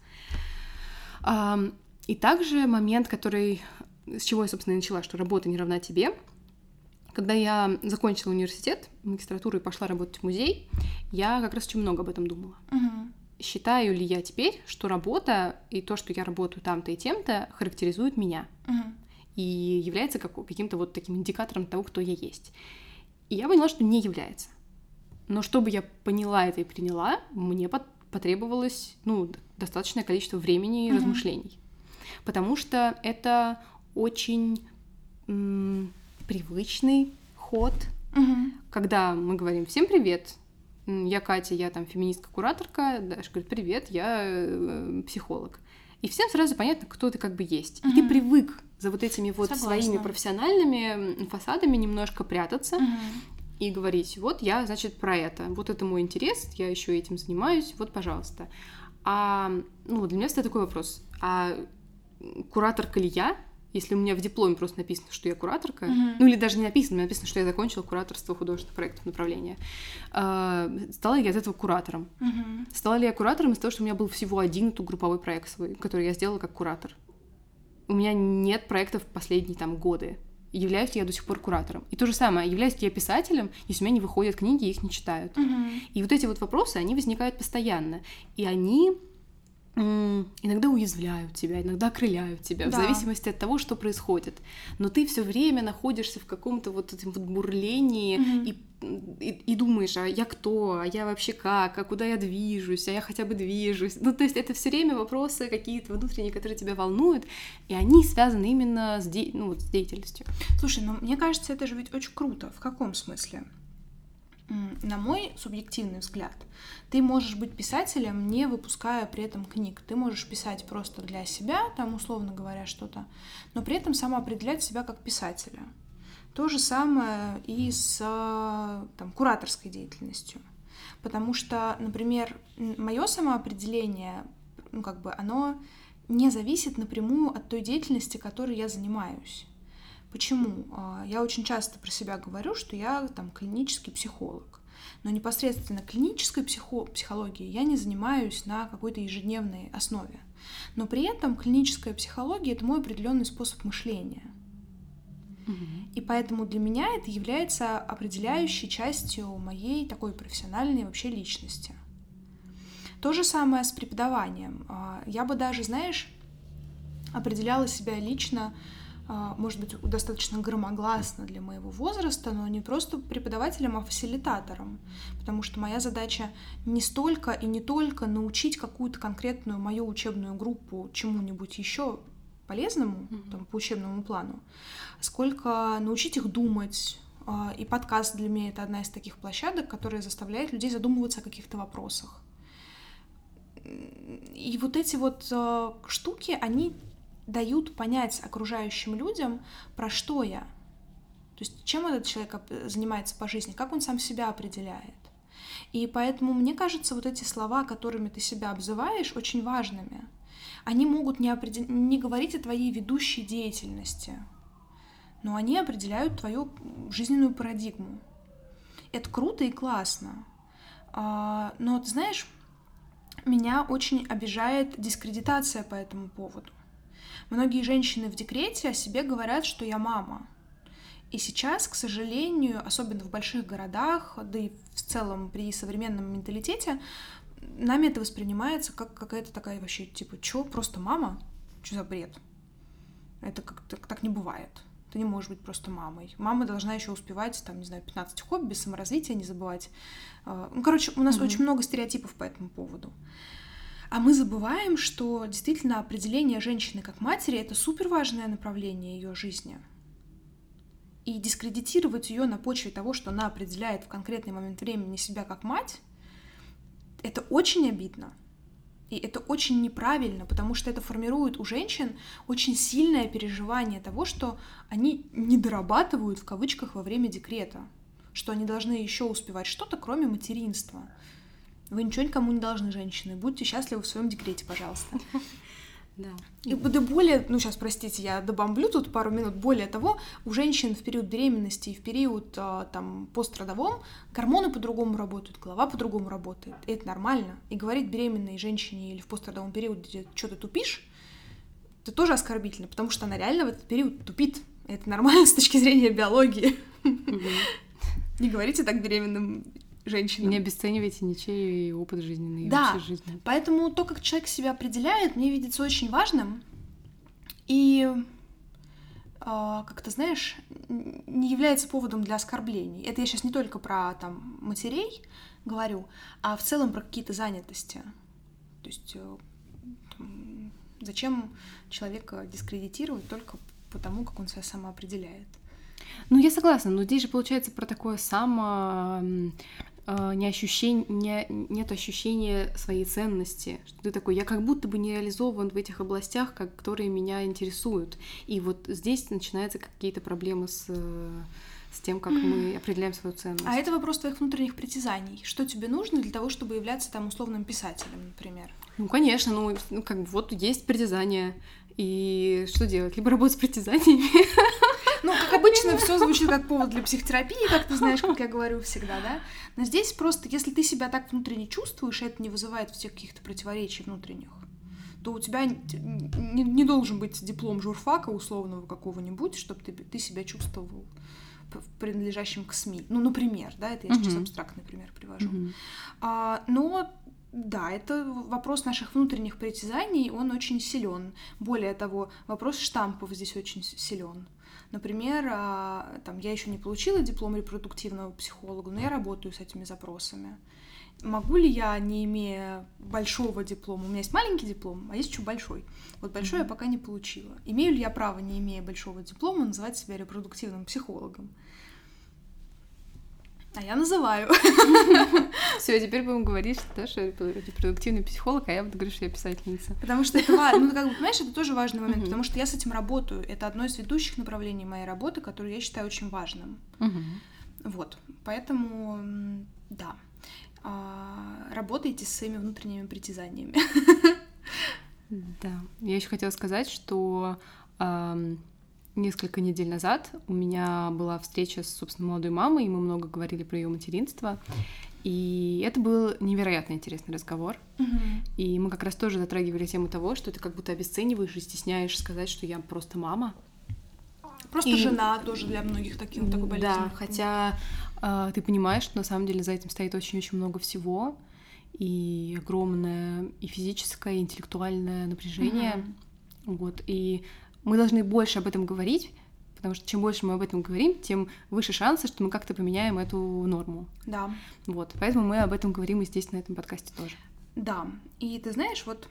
И также момент, который... С чего я, собственно, и начала, что работа не равна тебе. Когда я закончила университет, магистратуру и пошла работать в музей, я как раз очень много об этом думала. Uh-huh. Считаю ли я теперь, что работа и то, что я работаю там-то и тем-то, характеризует меня uh-huh. и является как, каким-то вот таким индикатором того, кто я есть. И я поняла, что не является. Но чтобы я поняла это и приняла, мне под, потребовалось, ну, достаточное количество времени и mm-hmm. размышлений. Потому что это очень м- привычный ход, mm-hmm. когда мы говорим «Всем привет!» Я Катя, я там феминистка-кураторка, Даша говорит, привет, я э, психолог. И всем сразу понятно, кто ты как бы есть. Mm-hmm. И ты привык за вот этими вот Согласна. своими профессиональными фасадами немножко прятаться Mm-hmm. и говорить, вот я, значит, про это, вот это мой интерес, я еще этим занимаюсь, вот, пожалуйста. А ну, для меня всегда такой вопрос, а кураторка ли я? Если у меня в дипломе просто написано, что я кураторка, mm-hmm. ну или даже не написано, написано, что я закончила кураторство художественных проектов направления, э, стала ли я от этого куратором? Mm-hmm. Стала ли я куратором из-за того, что у меня был всего один групповой проект свой, который я сделала как куратор? У меня нет проектов последние там годы. Являюсь ли я до сих пор куратором? И то же самое, являюсь ли я писателем, если у меня не выходят книги, их не читают? Mm-hmm. И вот эти вот вопросы, они возникают постоянно. И они... иногда уязвляют тебя, иногда окрыляют тебя, да. в зависимости от того, что происходит. Но ты все время находишься в каком-то вот этом вот бурлении mm-hmm. и, и, и думаешь, а я кто, а я вообще как, а куда я движусь, а я хотя бы движусь. Ну, то есть это все время вопросы какие-то внутренние, которые тебя волнуют, и они связаны именно с, де... ну, вот, с деятельностью. Слушай, ну мне кажется, это же ведь очень круто. В каком смысле? На мой субъективный взгляд, ты можешь быть писателем, не выпуская при этом книг. Ты можешь писать просто для себя, там, условно говоря, что-то, но при этом самоопределять себя как писателя. То же самое и с там, кураторской деятельностью. Потому что, например, мое самоопределение, ну, как бы, оно не зависит напрямую от той деятельности, которой я занимаюсь. Почему? Я очень часто про себя говорю, что я там клинический психолог, но непосредственно клинической психо- психологией я не занимаюсь на какой-то ежедневной основе. Но при этом клиническая психология — это мой определенный способ мышления. Mm-hmm. И поэтому для меня это является определяющей частью моей такой профессиональной вообще личности. То же самое с преподаванием. Я бы даже, знаешь, определяла себя лично, может быть, достаточно громогласно для моего возраста, но не просто преподавателем, а фасилитатором. Потому что моя задача не столько и не только научить какую-то конкретную мою учебную группу чему-нибудь еще полезному, mm-hmm. там, по учебному плану, сколько научить их думать. И подкаст для меня — это одна из таких площадок, которая заставляет людей задумываться о каких-то вопросах. И вот эти вот штуки, они дают понять окружающим людям, про что я. То есть чем этот человек занимается по жизни, как он сам себя определяет. И поэтому, мне кажется, вот эти слова, которыми ты себя обзываешь, очень важными. Они могут не, определ... не говорить о твоей ведущей деятельности, но они определяют твою жизненную парадигму. Это круто и классно. Но, ты знаешь, меня очень обижает дискредитация по этому поводу. Многие женщины в декрете о себе говорят, что я мама. И сейчас, к сожалению, особенно в больших городах, да и в целом при современном менталитете, нами это воспринимается как какая-то такая вообще, типа, чё, просто мама? Чё за бред? Это как-то так не бывает. Ты не можешь быть просто мамой. Мама должна еще успевать, там, не знаю, пятнадцать хобби, саморазвитие не забывать. Ну, короче, у нас mm-hmm. очень много стереотипов по этому поводу. А мы забываем, что действительно определение женщины как матери — это суперважное направление ее жизни. И дискредитировать ее на почве того, что она определяет в конкретный момент времени себя как мать, это очень обидно. И это очень неправильно, потому что это формирует у женщин очень сильное переживание того, что они не дорабатывают в кавычках во время декрета, что они должны еще успевать что-то, кроме материнства. Вы ничего никому не должны, женщины. Будьте счастливы в своем декрете, пожалуйста. Да. И да более, ну сейчас, простите, я добавлю тут пару минут, более того, у женщин в период беременности и в период там пострадовом гормоны по-другому работают, голова по-другому работает, и это нормально. И говорить беременной женщине или в пострадовом периоде, что ты тупишь, это тоже оскорбительно, потому что она реально в этот период тупит. Это нормально с точки зрения биологии. Не говорите так беременным женщинам. Не обесценивайте ничей опыт жизненный и да, вообще жизни. Поэтому то, как человек себя определяет, мне видится очень важным. И как ты знаешь, не является поводом для оскорблений. Это я сейчас не только про там матерей говорю, а в целом про какие-то занятости. То есть там, зачем человека дискредитировать только потому, как он себя самоопределяет? Ну, я согласна, но здесь же получается про такое само... Не ощущение, не, нет ощущения своей ценности, что ты такой, я как будто бы не реализован в этих областях, как, которые меня интересуют. И вот здесь начинаются какие-то проблемы с, с тем, как мы определяем свою ценность. А это вопрос твоих внутренних притязаний. Что тебе нужно для того, чтобы являться там условным писателем, например? Ну, конечно, ну, ну как бы вот есть притязания. И что делать? Либо работать с притязаниями. Ну, как обычно, все звучит как повод для психотерапии, как ты знаешь, как я говорю всегда, да? Но здесь просто, если ты себя так внутренне чувствуешь, и это не вызывает всех каких-то противоречий внутренних, то у тебя не, не должен быть диплом журфака условного какого-нибудь, чтобы ты, ты себя чувствовал принадлежащим к СМИ. Ну, например, да, это я сейчас uh-huh. абстрактный пример привожу. Uh-huh. А, но да, это вопрос наших внутренних притязаний, он очень силен. Более того, вопрос штампов здесь очень силен. Например, там, я еще не получила диплом репродуктивного психолога, но я работаю с этими запросами. Могу ли я, не имея большого диплома, у меня есть маленький диплом, а есть еще большой. Вот большой mm-hmm. я пока не получила. Имею ли я право, не имея большого диплома, называть себя репродуктивным психологом? А я называю. Все, теперь будем говорить, что Даша репродуктивный психолог, а я буду говорить, что я писательница. Потому что это важно. Ну, как бы, понимаешь, это тоже важный момент, uh-huh. потому что я с этим работаю. Это одно из ведущих направлений моей работы, которое я считаю очень важным. Uh-huh. Вот. Поэтому, да. А, работайте с своими внутренними притязаниями. Да. Я еще хотела сказать, что несколько недель назад у меня была встреча с, собственно, молодой мамой, и мы много говорили про ее материнство. И это был невероятно интересный разговор. Mm-hmm. И мы как раз тоже затрагивали тему того, что ты как будто обесцениваешь и стесняешь сказать, что я просто мама. Просто и... жена тоже для многих таких, такой болезненный. Да, хотя э, ты понимаешь, что на самом деле за этим стоит очень-очень много всего. И огромное и физическое, и интеллектуальное напряжение. Mm-hmm. Вот. И мы должны больше об этом говорить, потому что чем больше мы об этом говорим, тем выше шансы, что мы как-то поменяем эту норму. Да. Вот, поэтому мы об этом говорим и здесь, на этом подкасте тоже. Да, и ты знаешь, вот,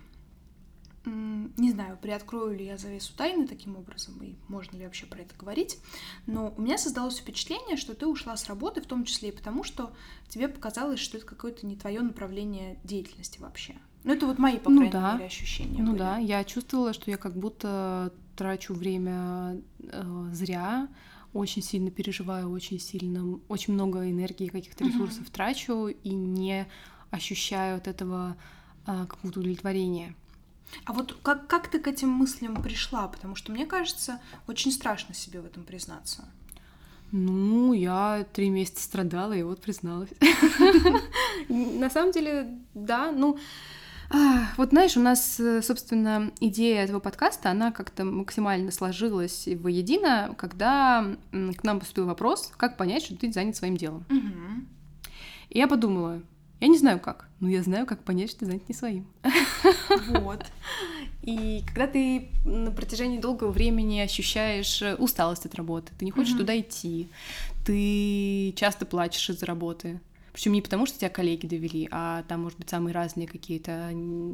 не знаю, приоткрою ли я завесу тайны таким образом, и можно ли вообще про это говорить, но у меня создалось впечатление, что ты ушла с работы, в том числе и потому, что тебе показалось, что это какое-то не твое направление деятельности вообще. Ну, это вот мои, по крайней ну, да. мере, ощущения. Ну были. да, я чувствовала, что я как будто трачу время э, зря, очень сильно переживаю, очень сильно, очень много энергии, каких-то ресурсов uh-huh. трачу и не ощущаю от этого э, какого-то удовлетворения. А вот как, как ты к этим мыслям пришла? Потому что, мне кажется, очень страшно себе в этом признаться. Ну, я три месяца страдала и вот призналась. На самом деле, да, ну... Вот знаешь, у нас, собственно, идея этого подкаста, она как-то максимально сложилась воедино, когда к нам поступил вопрос, как понять, что ты занят своим делом. Угу. И я подумала, я не знаю как, но я знаю, как понять, что ты занят не своим. Вот. И когда ты на протяжении долгого времени ощущаешь усталость от работы, ты не хочешь угу. туда идти, ты часто плачешь из-за работы. Причем не потому, что тебя коллеги довели, а там, может быть, самые разные какие-то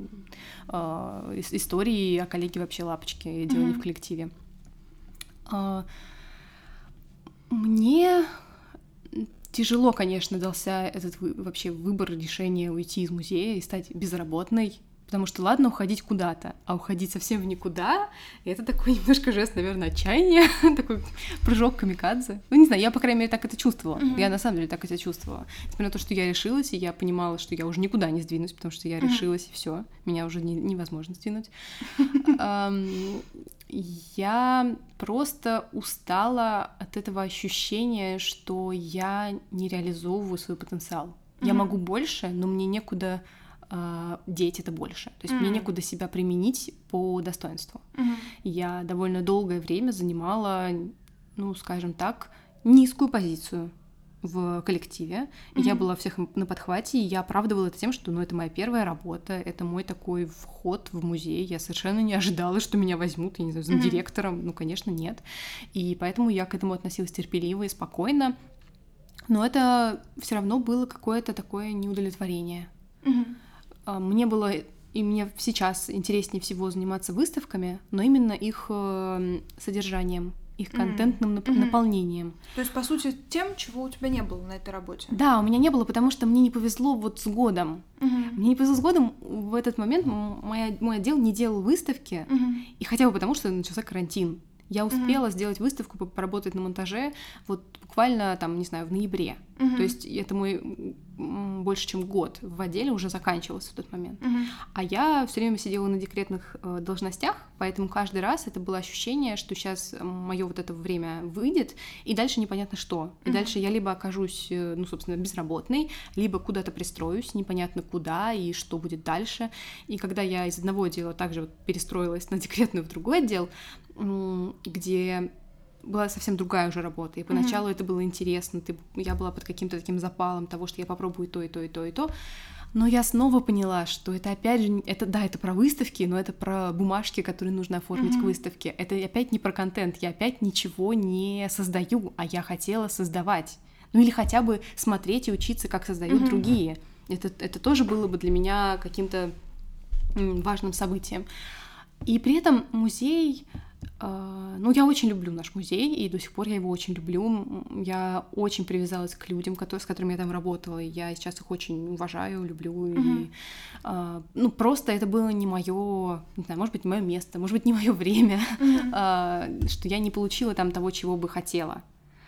э, истории, а коллеги вообще лапочки, и дело mm-hmm. не в коллективе. А, мне тяжело, конечно, дался этот вы, вообще выбор, решение уйти из музея и стать безработной. Потому что, ладно, уходить куда-то, а уходить совсем в никуда — это такой немножко жест, наверное, отчаяния, такой прыжок камикадзе. Ну, не знаю, я, по крайней мере, так это чувствовала. Mm-hmm. Я, на самом деле, так это чувствовала. Несмотря на то, что я решилась, и я понимала, что я уже никуда не сдвинусь, потому что я mm-hmm. решилась, и все, меня уже не, невозможно сдвинуть. Я просто устала от этого ощущения, что я не реализовываю свой потенциал. Я могу больше, но мне некуда... деть это больше. То есть mm-hmm. мне некуда себя применить по достоинству. Mm-hmm. Я довольно долгое время занимала, ну, скажем так, низкую позицию в коллективе, и Mm-hmm. я была у всех на подхвате, и я оправдывала это тем, что, ну, это моя первая работа, это мой такой вход в музей, я совершенно не ожидала, что меня возьмут, я не знаю, за Mm-hmm. директором, ну, конечно, нет, и поэтому я к этому относилась терпеливо и спокойно, но это все равно было какое-то такое неудовлетворение. Mm-hmm. Мне было, и мне сейчас интереснее всего заниматься выставками, но именно их содержанием, их контентным mm-hmm. наполнением. То есть, по сути, тем, чего у тебя не было на этой работе. Да, у меня не было, потому что мне не повезло вот с годом. Mm-hmm. Мне не повезло с годом, в этот момент моя, мой отдел не делал выставки, mm-hmm. и хотя бы потому, что начался карантин. Я успела mm-hmm. сделать выставку, поработать на монтаже вот буквально, там, не знаю, в ноябре. Mm-hmm. То есть это мой больше, чем год в отделе уже заканчивался в тот момент. Mm-hmm. А я все время сидела на декретных э, должностях, поэтому каждый раз это было ощущение, что сейчас мое вот это время выйдет, и дальше непонятно что. И mm-hmm. дальше я либо окажусь, ну, собственно, безработной, либо куда-то пристроюсь, непонятно куда и что будет дальше. И когда я из одного отдела также вот перестроилась на декретную в другой отдел, где была совсем другая уже работа, и поначалу mm-hmm. это было интересно, ты, я была под каким-то таким запалом того, что я попробую то, и то, и то, и то, но я снова поняла, что это опять же, это, да, это про выставки, но это про бумажки, которые нужно оформить mm-hmm. к выставке, это опять не про контент, я опять ничего не создаю, а я хотела создавать, ну или хотя бы смотреть и учиться, как создают mm-hmm. другие, это, это тоже было бы для меня каким-то важным событием. И при этом музей, э, ну, я очень люблю наш музей, и до сих пор я его очень люблю. Я очень привязалась к людям, которые, с которыми я там работала, и я сейчас их очень уважаю, люблю. Mm-hmm. И, э, ну, просто это было не мое, не знаю, может быть, не мое место, может быть, не мое время, mm-hmm. э, что я не получила там того, чего бы хотела.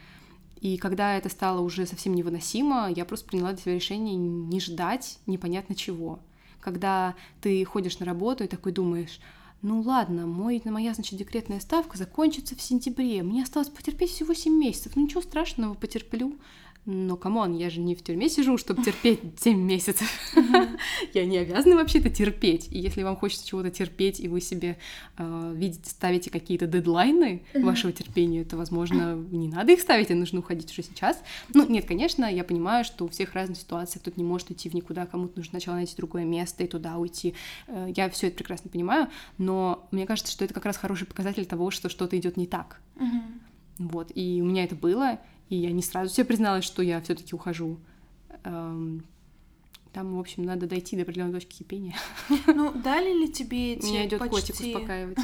И когда это стало уже совсем невыносимо, я просто приняла для себя решение не ждать непонятно чего. Когда ты ходишь на работу и такой думаешь: ну ладно, мой, моя, значит, декретная ставка закончится в сентябре, мне осталось потерпеть всего семь месяцев, ну ничего страшного, потерплю. Но, камон, я же не в тюрьме сижу, чтобы терпеть семь месяцев. Mm-hmm. Я не обязана вообще-то терпеть. И если вам хочется чего-то терпеть, и вы себе э, видите, ставите какие-то дедлайны mm-hmm. вашего терпения, то, возможно, не надо их ставить, а нужно уходить уже сейчас. Ну, нет, конечно, я понимаю, что у всех разные ситуации, кто-то не может уйти в никуда, кому-то нужно сначала найти другое место и туда уйти. Э, я все это прекрасно понимаю, но мне кажется, что это как раз хороший показатель того, что что-то идет не так. Mm-hmm. Вот, и у меня это было, и я не сразу себе призналась, что я все-таки ухожу. Эм, там, в общем, надо дойти до определенной точки кипения. Ну, дали ли тебе эти Меня идет почти... котик успокаивать.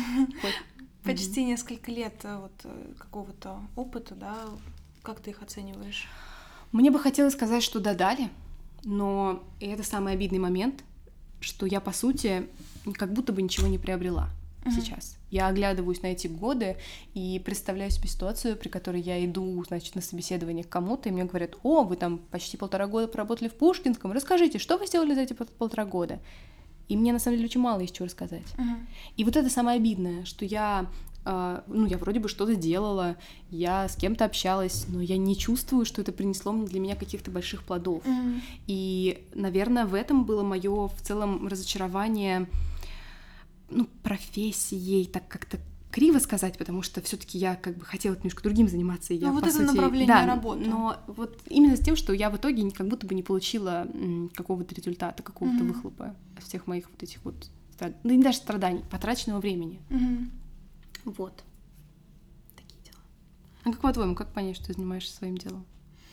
Почти mm-hmm. несколько лет вот какого-то опыта, да? Как ты их оцениваешь? Мне бы хотелось сказать, что да, дали, но это самый обидный момент, что я, по сути, как будто бы ничего не приобрела mm-hmm. сейчас. Я оглядываюсь на эти годы и представляю себе ситуацию, при которой я иду, значит, на собеседование к кому-то, и мне говорят: о, вы там почти полтора года проработали в Пушкинском, расскажите, что вы сделали за эти полтора года? И мне, на самом деле, очень мало есть чего рассказать. Uh-huh. И вот это самое обидное, что я, э, ну, я вроде бы что-то делала, я с кем-то общалась, но я не чувствую, что это принесло для меня каких-то больших плодов. Uh-huh. И, наверное, в этом было мое в целом разочарование, ну, профессией, так как-то криво сказать, потому что все-таки я как бы хотела немножко другим заниматься. И я, ну, вот по это сути, направление да, работы. Но вот именно с тем, что я в итоге как будто бы не получила м, какого-то результата, какого-то mm-hmm. выхлопа всех моих вот этих вот, страд... ну, не даже страданий, потраченного времени. Mm-hmm. Вот. Такие дела. А как по-твоему, как понять, что ты занимаешься своим делом?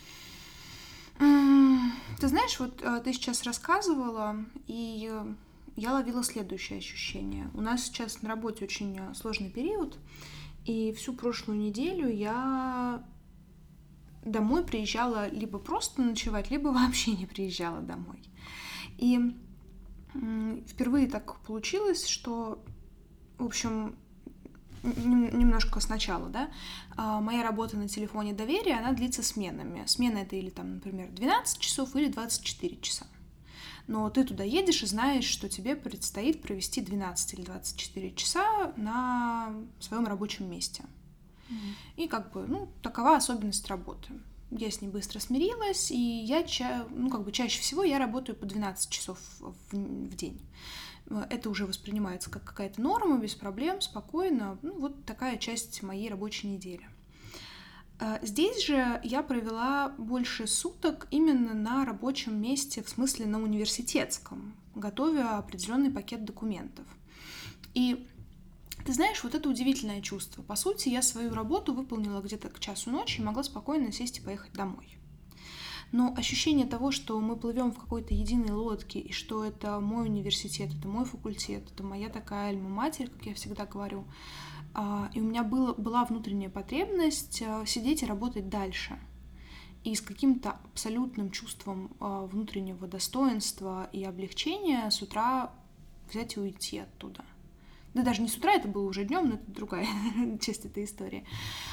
Mm-hmm. Ты знаешь, вот ты сейчас рассказывала, и я ловила следующее ощущение. У нас сейчас на работе очень сложный период, и всю прошлую неделю я домой приезжала либо просто ночевать, либо вообще не приезжала домой. И впервые так получилось, что, в общем, немножко сначала, да, моя работа на телефоне доверия, она длится сменами. Смена — это или там, например, двенадцать часов, или двадцать четыре часа. Но ты туда едешь и знаешь, что тебе предстоит провести двенадцать или двадцать четыре часа на своем рабочем месте. Mm-hmm. И как бы, ну, такова особенность работы. Я с ней быстро смирилась, и я, ча- ну, как бы чаще всего я работаю по двенадцать часов в, в день. Это уже воспринимается как какая-то норма, без проблем, спокойно. Ну, вот такая часть моей рабочей недели. Здесь же я провела больше суток именно на рабочем месте, в смысле на университетском, готовя определенный пакет документов. И ты знаешь, вот это удивительное чувство. По сути, я свою работу выполнила где-то к часу ночи и могла спокойно сесть и поехать домой. Но ощущение того, что мы плывем в какой-то единой лодке, и что это мой университет, это мой факультет, это моя такая альма-матер, как я всегда говорю, и у меня было, была внутренняя потребность сидеть и работать дальше. И с каким-то абсолютным чувством внутреннего достоинства и облегчения с утра взять и уйти оттуда. Да даже не с утра, это было уже днем, но это другая часть этой истории.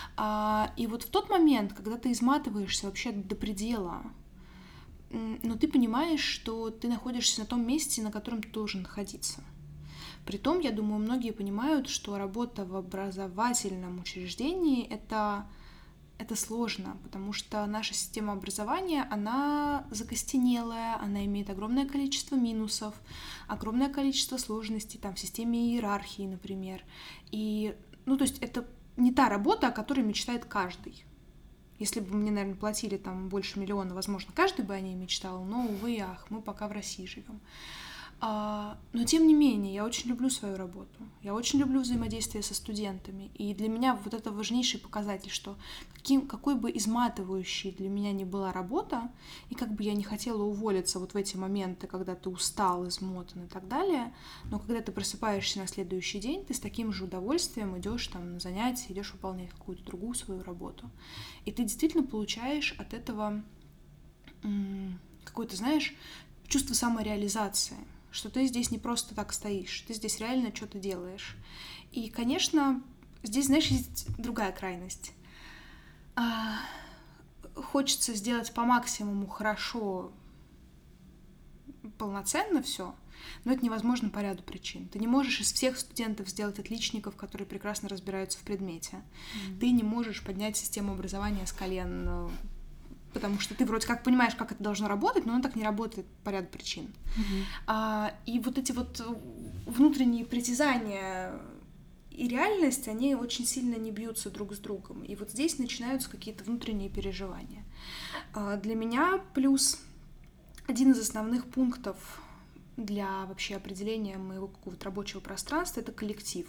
И вот в тот момент, когда ты изматываешься вообще до предела, но ты понимаешь, что ты находишься на том месте, на котором ты должен находиться. Притом, я думаю, многие понимают, что работа в образовательном учреждении — это, это сложно, потому что наша система образования, она закостенелая, она имеет огромное количество минусов, огромное количество сложностей там, в системе иерархии, например. И, ну, то есть это не та работа, о которой мечтает каждый. Если бы мне, наверное, платили там больше миллиона, возможно, каждый бы о ней мечтал, но, увы и ах, мы пока в России живем. А, но тем не менее, я очень люблю свою работу, я очень люблю взаимодействие со студентами, и для меня вот это важнейший показатель, что каким, какой бы изматывающей для меня ни была работа, и как бы я не хотела уволиться вот в эти моменты, когда ты устал, измотан и так далее, но когда ты просыпаешься на следующий день, ты с таким же удовольствием идешь там на занятия, идешь выполнять какую-то другую свою работу, и ты действительно получаешь от этого м- какое-то, знаешь, чувство самореализации, что ты здесь не просто так стоишь, ты здесь реально что-то делаешь. И, конечно, здесь, знаешь, есть другая крайность. А, хочется сделать по максимуму хорошо, полноценно все, но это невозможно по ряду причин. Ты не можешь из всех студентов сделать отличников, которые прекрасно разбираются в предмете. Mm-hmm. Ты не можешь поднять систему образования с колен, потому что ты вроде как понимаешь, как это должно работать, но оно так не работает по ряду причин. Mm-hmm. А, и вот эти вот внутренние притязания и реальность, они очень сильно не бьются друг с другом. И вот здесь начинаются какие-то внутренние переживания. А, для меня плюс один из основных пунктов для вообще определения моего какого-то рабочего пространства — это коллектив.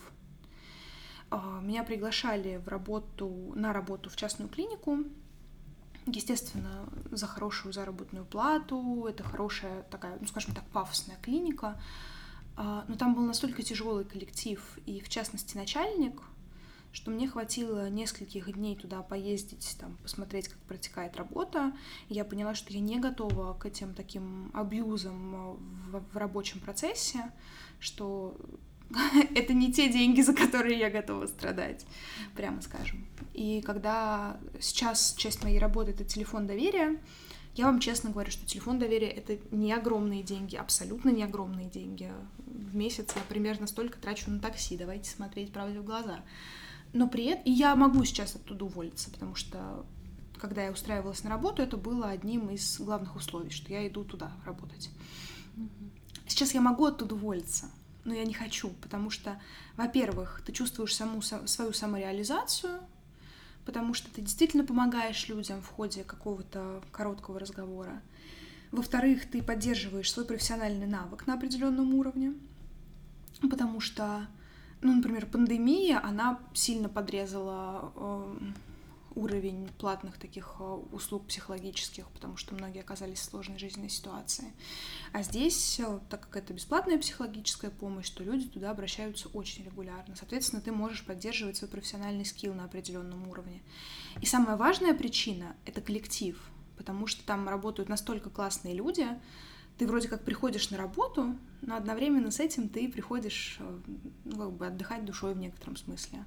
А, меня приглашали в работу, на работу в частную клинику, естественно, за хорошую заработную плату, это хорошая такая, ну, скажем так, пафосная клиника, но там был настолько тяжелый коллектив и, в частности, начальник, что мне хватило нескольких дней туда поездить, там, посмотреть, как протекает работа, и я поняла, что я не готова к этим таким абьюзам в, в рабочем процессе, что это не те деньги, за которые я готова страдать, прямо скажем. И когда сейчас часть моей работы — это телефон доверия, я вам честно говорю, что телефон доверия — это не огромные деньги, абсолютно не огромные деньги. В месяц я примерно столько трачу на такси, давайте смотреть правде в глаза. Но при этом... И я могу сейчас оттуда уволиться, потому что, когда я устраивалась на работу, это было одним из главных условий, что я иду туда работать. Сейчас я могу оттуда уволиться, но я не хочу, потому что, во-первых, ты чувствуешь саму свою самореализацию, потому что ты действительно помогаешь людям в ходе какого-то короткого разговора. Во-вторых, ты поддерживаешь свой профессиональный навык на определенном уровне, потому что, ну, например, пандемия, она сильно подрезала э, уровень платных таких э, услуг психологических, потому что многие оказались в сложной жизненной ситуации. А здесь, э, так как это бесплатная психологическая помощь, то люди туда обращаются очень регулярно. Соответственно, ты можешь поддерживать свой профессиональный скилл на определенном уровне. И самая важная причина — это коллектив, потому что там работают настолько классные люди. Ты вроде как приходишь на работу, но одновременно с этим ты приходишь, ну, как бы отдыхать душой в некотором смысле.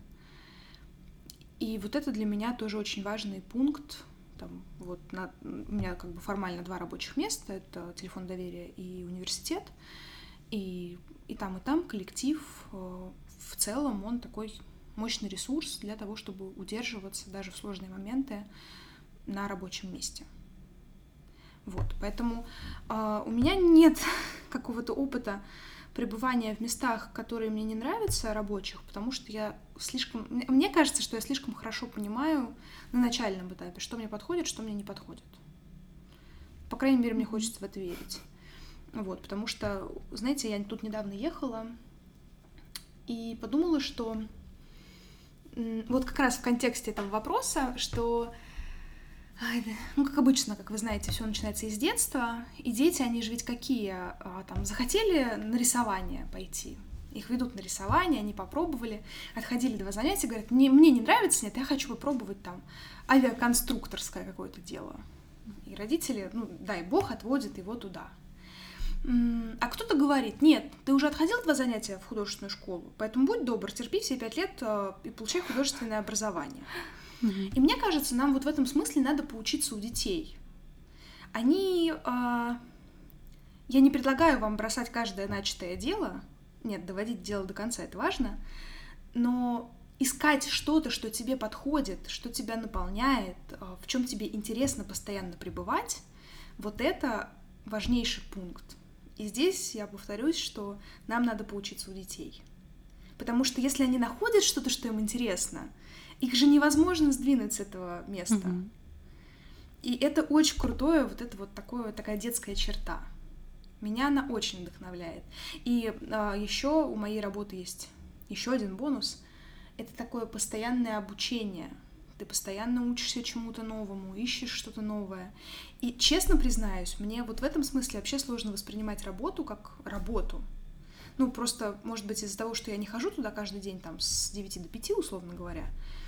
И вот это для меня тоже очень важный пункт. Там, вот на, у меня как бы формально два рабочих места, это телефон доверия и университет. И, и там, и там коллектив в целом, он такой мощный ресурс для того, чтобы удерживаться даже в сложные моменты на рабочем месте. Вот, поэтому э, у меня нет какого-то опыта пребывание в местах, которые мне не нравятся, рабочих, потому что я слишком... Мне кажется, что я слишком хорошо понимаю на начальном этапе, что мне подходит, что мне не подходит. По крайней мере, мне хочется в это верить. Вот, потому что, знаете, я тут недавно ехала и подумала, что... Вот как раз в контексте этого вопроса, что... Ну, как обычно, как вы знаете, все начинается из детства, и дети, они же ведь какие, там, захотели на рисование пойти, их ведут на рисование, они попробовали, отходили два занятия, говорят, мне, мне не нравится, нет, я хочу попробовать там авиаконструкторское какое-то дело. И родители, ну, дай бог, отводят его туда. А кто-то говорит, нет, ты уже отходил два занятия в художественную школу, поэтому будь добр, терпи все пять лет и получай художественное образование. И мне кажется, нам вот в этом смысле надо поучиться у детей. Они... Э, я не предлагаю вам бросать каждое начатое дело. Нет, доводить дело до конца, это важно. Но искать что-то, что тебе подходит, что тебя наполняет, э, в чем тебе интересно постоянно пребывать, вот это важнейший пункт. И здесь я повторюсь, что нам надо поучиться у детей. Потому что если они находят что-то, что им интересно, их же невозможно сдвинуть с этого места. Mm-hmm. И это очень крутое, вот это вот такое, такая детская черта. Меня она очень вдохновляет. И а, еще у моей работы есть еще один бонус. Это такое постоянное обучение. Ты постоянно учишься чему-то новому, ищешь что-то новое. И честно признаюсь, мне вот в этом смысле вообще сложно воспринимать работу как работу. Ну, просто, может быть, из-за того, что я не хожу туда каждый день, там, с девяти до пяти, условно говоря,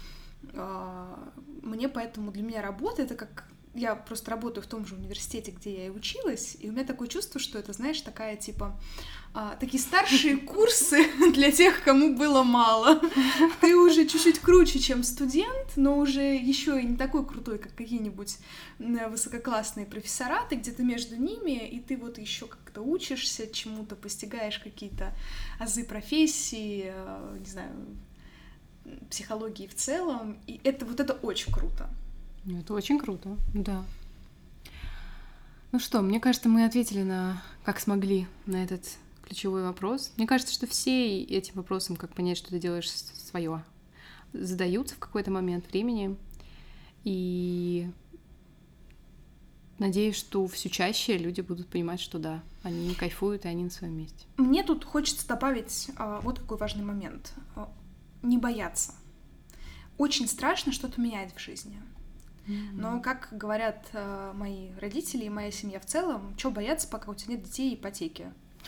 мне поэтому для меня работа — это как... Я просто работаю в том же университете, где я и училась, и у меня такое чувство, что это, знаешь, такая, типа, такие старшие курсы для тех, кому было мало. Ты уже чуть-чуть круче, чем студент, но уже еще и не такой крутой, как какие-нибудь высококлассные профессора, ты где-то между ними, и ты вот еще как-то учишься чему-то, постигаешь какие-то азы профессии, не знаю, психологии в целом, и это вот это очень круто. Это очень круто, да. Ну что, мне кажется, мы ответили на, как смогли, на этот ключевой вопрос. Мне кажется, что все этим вопросом, как понять, что ты делаешь свое, задаются в какой-то момент времени, и надеюсь, что все чаще люди будут понимать, что да, они кайфуют, и они на своем месте. Мне тут хочется добавить а, вот такой важный момент. Не бояться. Очень страшно что-то менять в жизни. Mm-hmm. Но, как говорят э, мои родители и моя семья в целом, чего бояться, пока у тебя нет детей и ипотеки?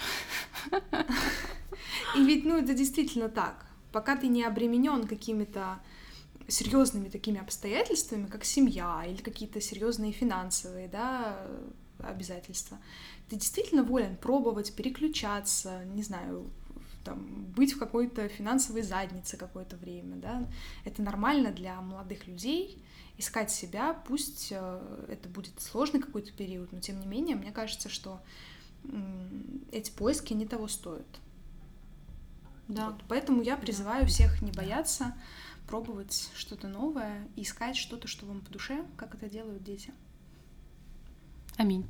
И ведь, ну, это действительно так. Пока ты не обременен какими-то серьезными такими обстоятельствами, как семья или какие-то серьезные финансовые, да, обязательства, ты действительно волен пробовать, переключаться, не знаю, там, быть в какой-то финансовой заднице какое-то время, да, это нормально для молодых людей, искать себя, пусть э, это будет сложный какой-то период, но тем не менее, мне кажется, что э, эти поиски не того стоят. Да. Вот, поэтому я призываю да. всех не бояться, пробовать что-то новое, искать что-то, что вам по душе, как это делают дети. Аминь.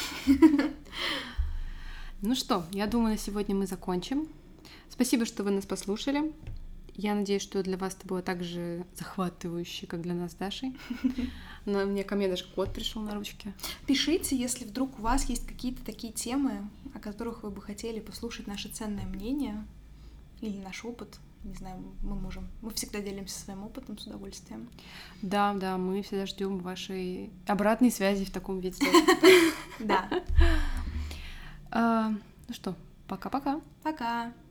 Ну что, я думаю, на сегодня мы закончим. Спасибо, что вы нас послушали. Я надеюсь, что для вас это было так же захватывающе, как для нас с Дашей. Но мне ко мне даже кот пришел на ручке. Пишите, если вдруг у вас есть какие-то такие темы, о которых вы бы хотели послушать наше ценное мнение или наш опыт. Не знаю, мы можем. Мы всегда делимся своим опытом с удовольствием. Да, да, мы всегда ждем вашей обратной связи в таком виде. Да. Ну что, пока-пока. Пока.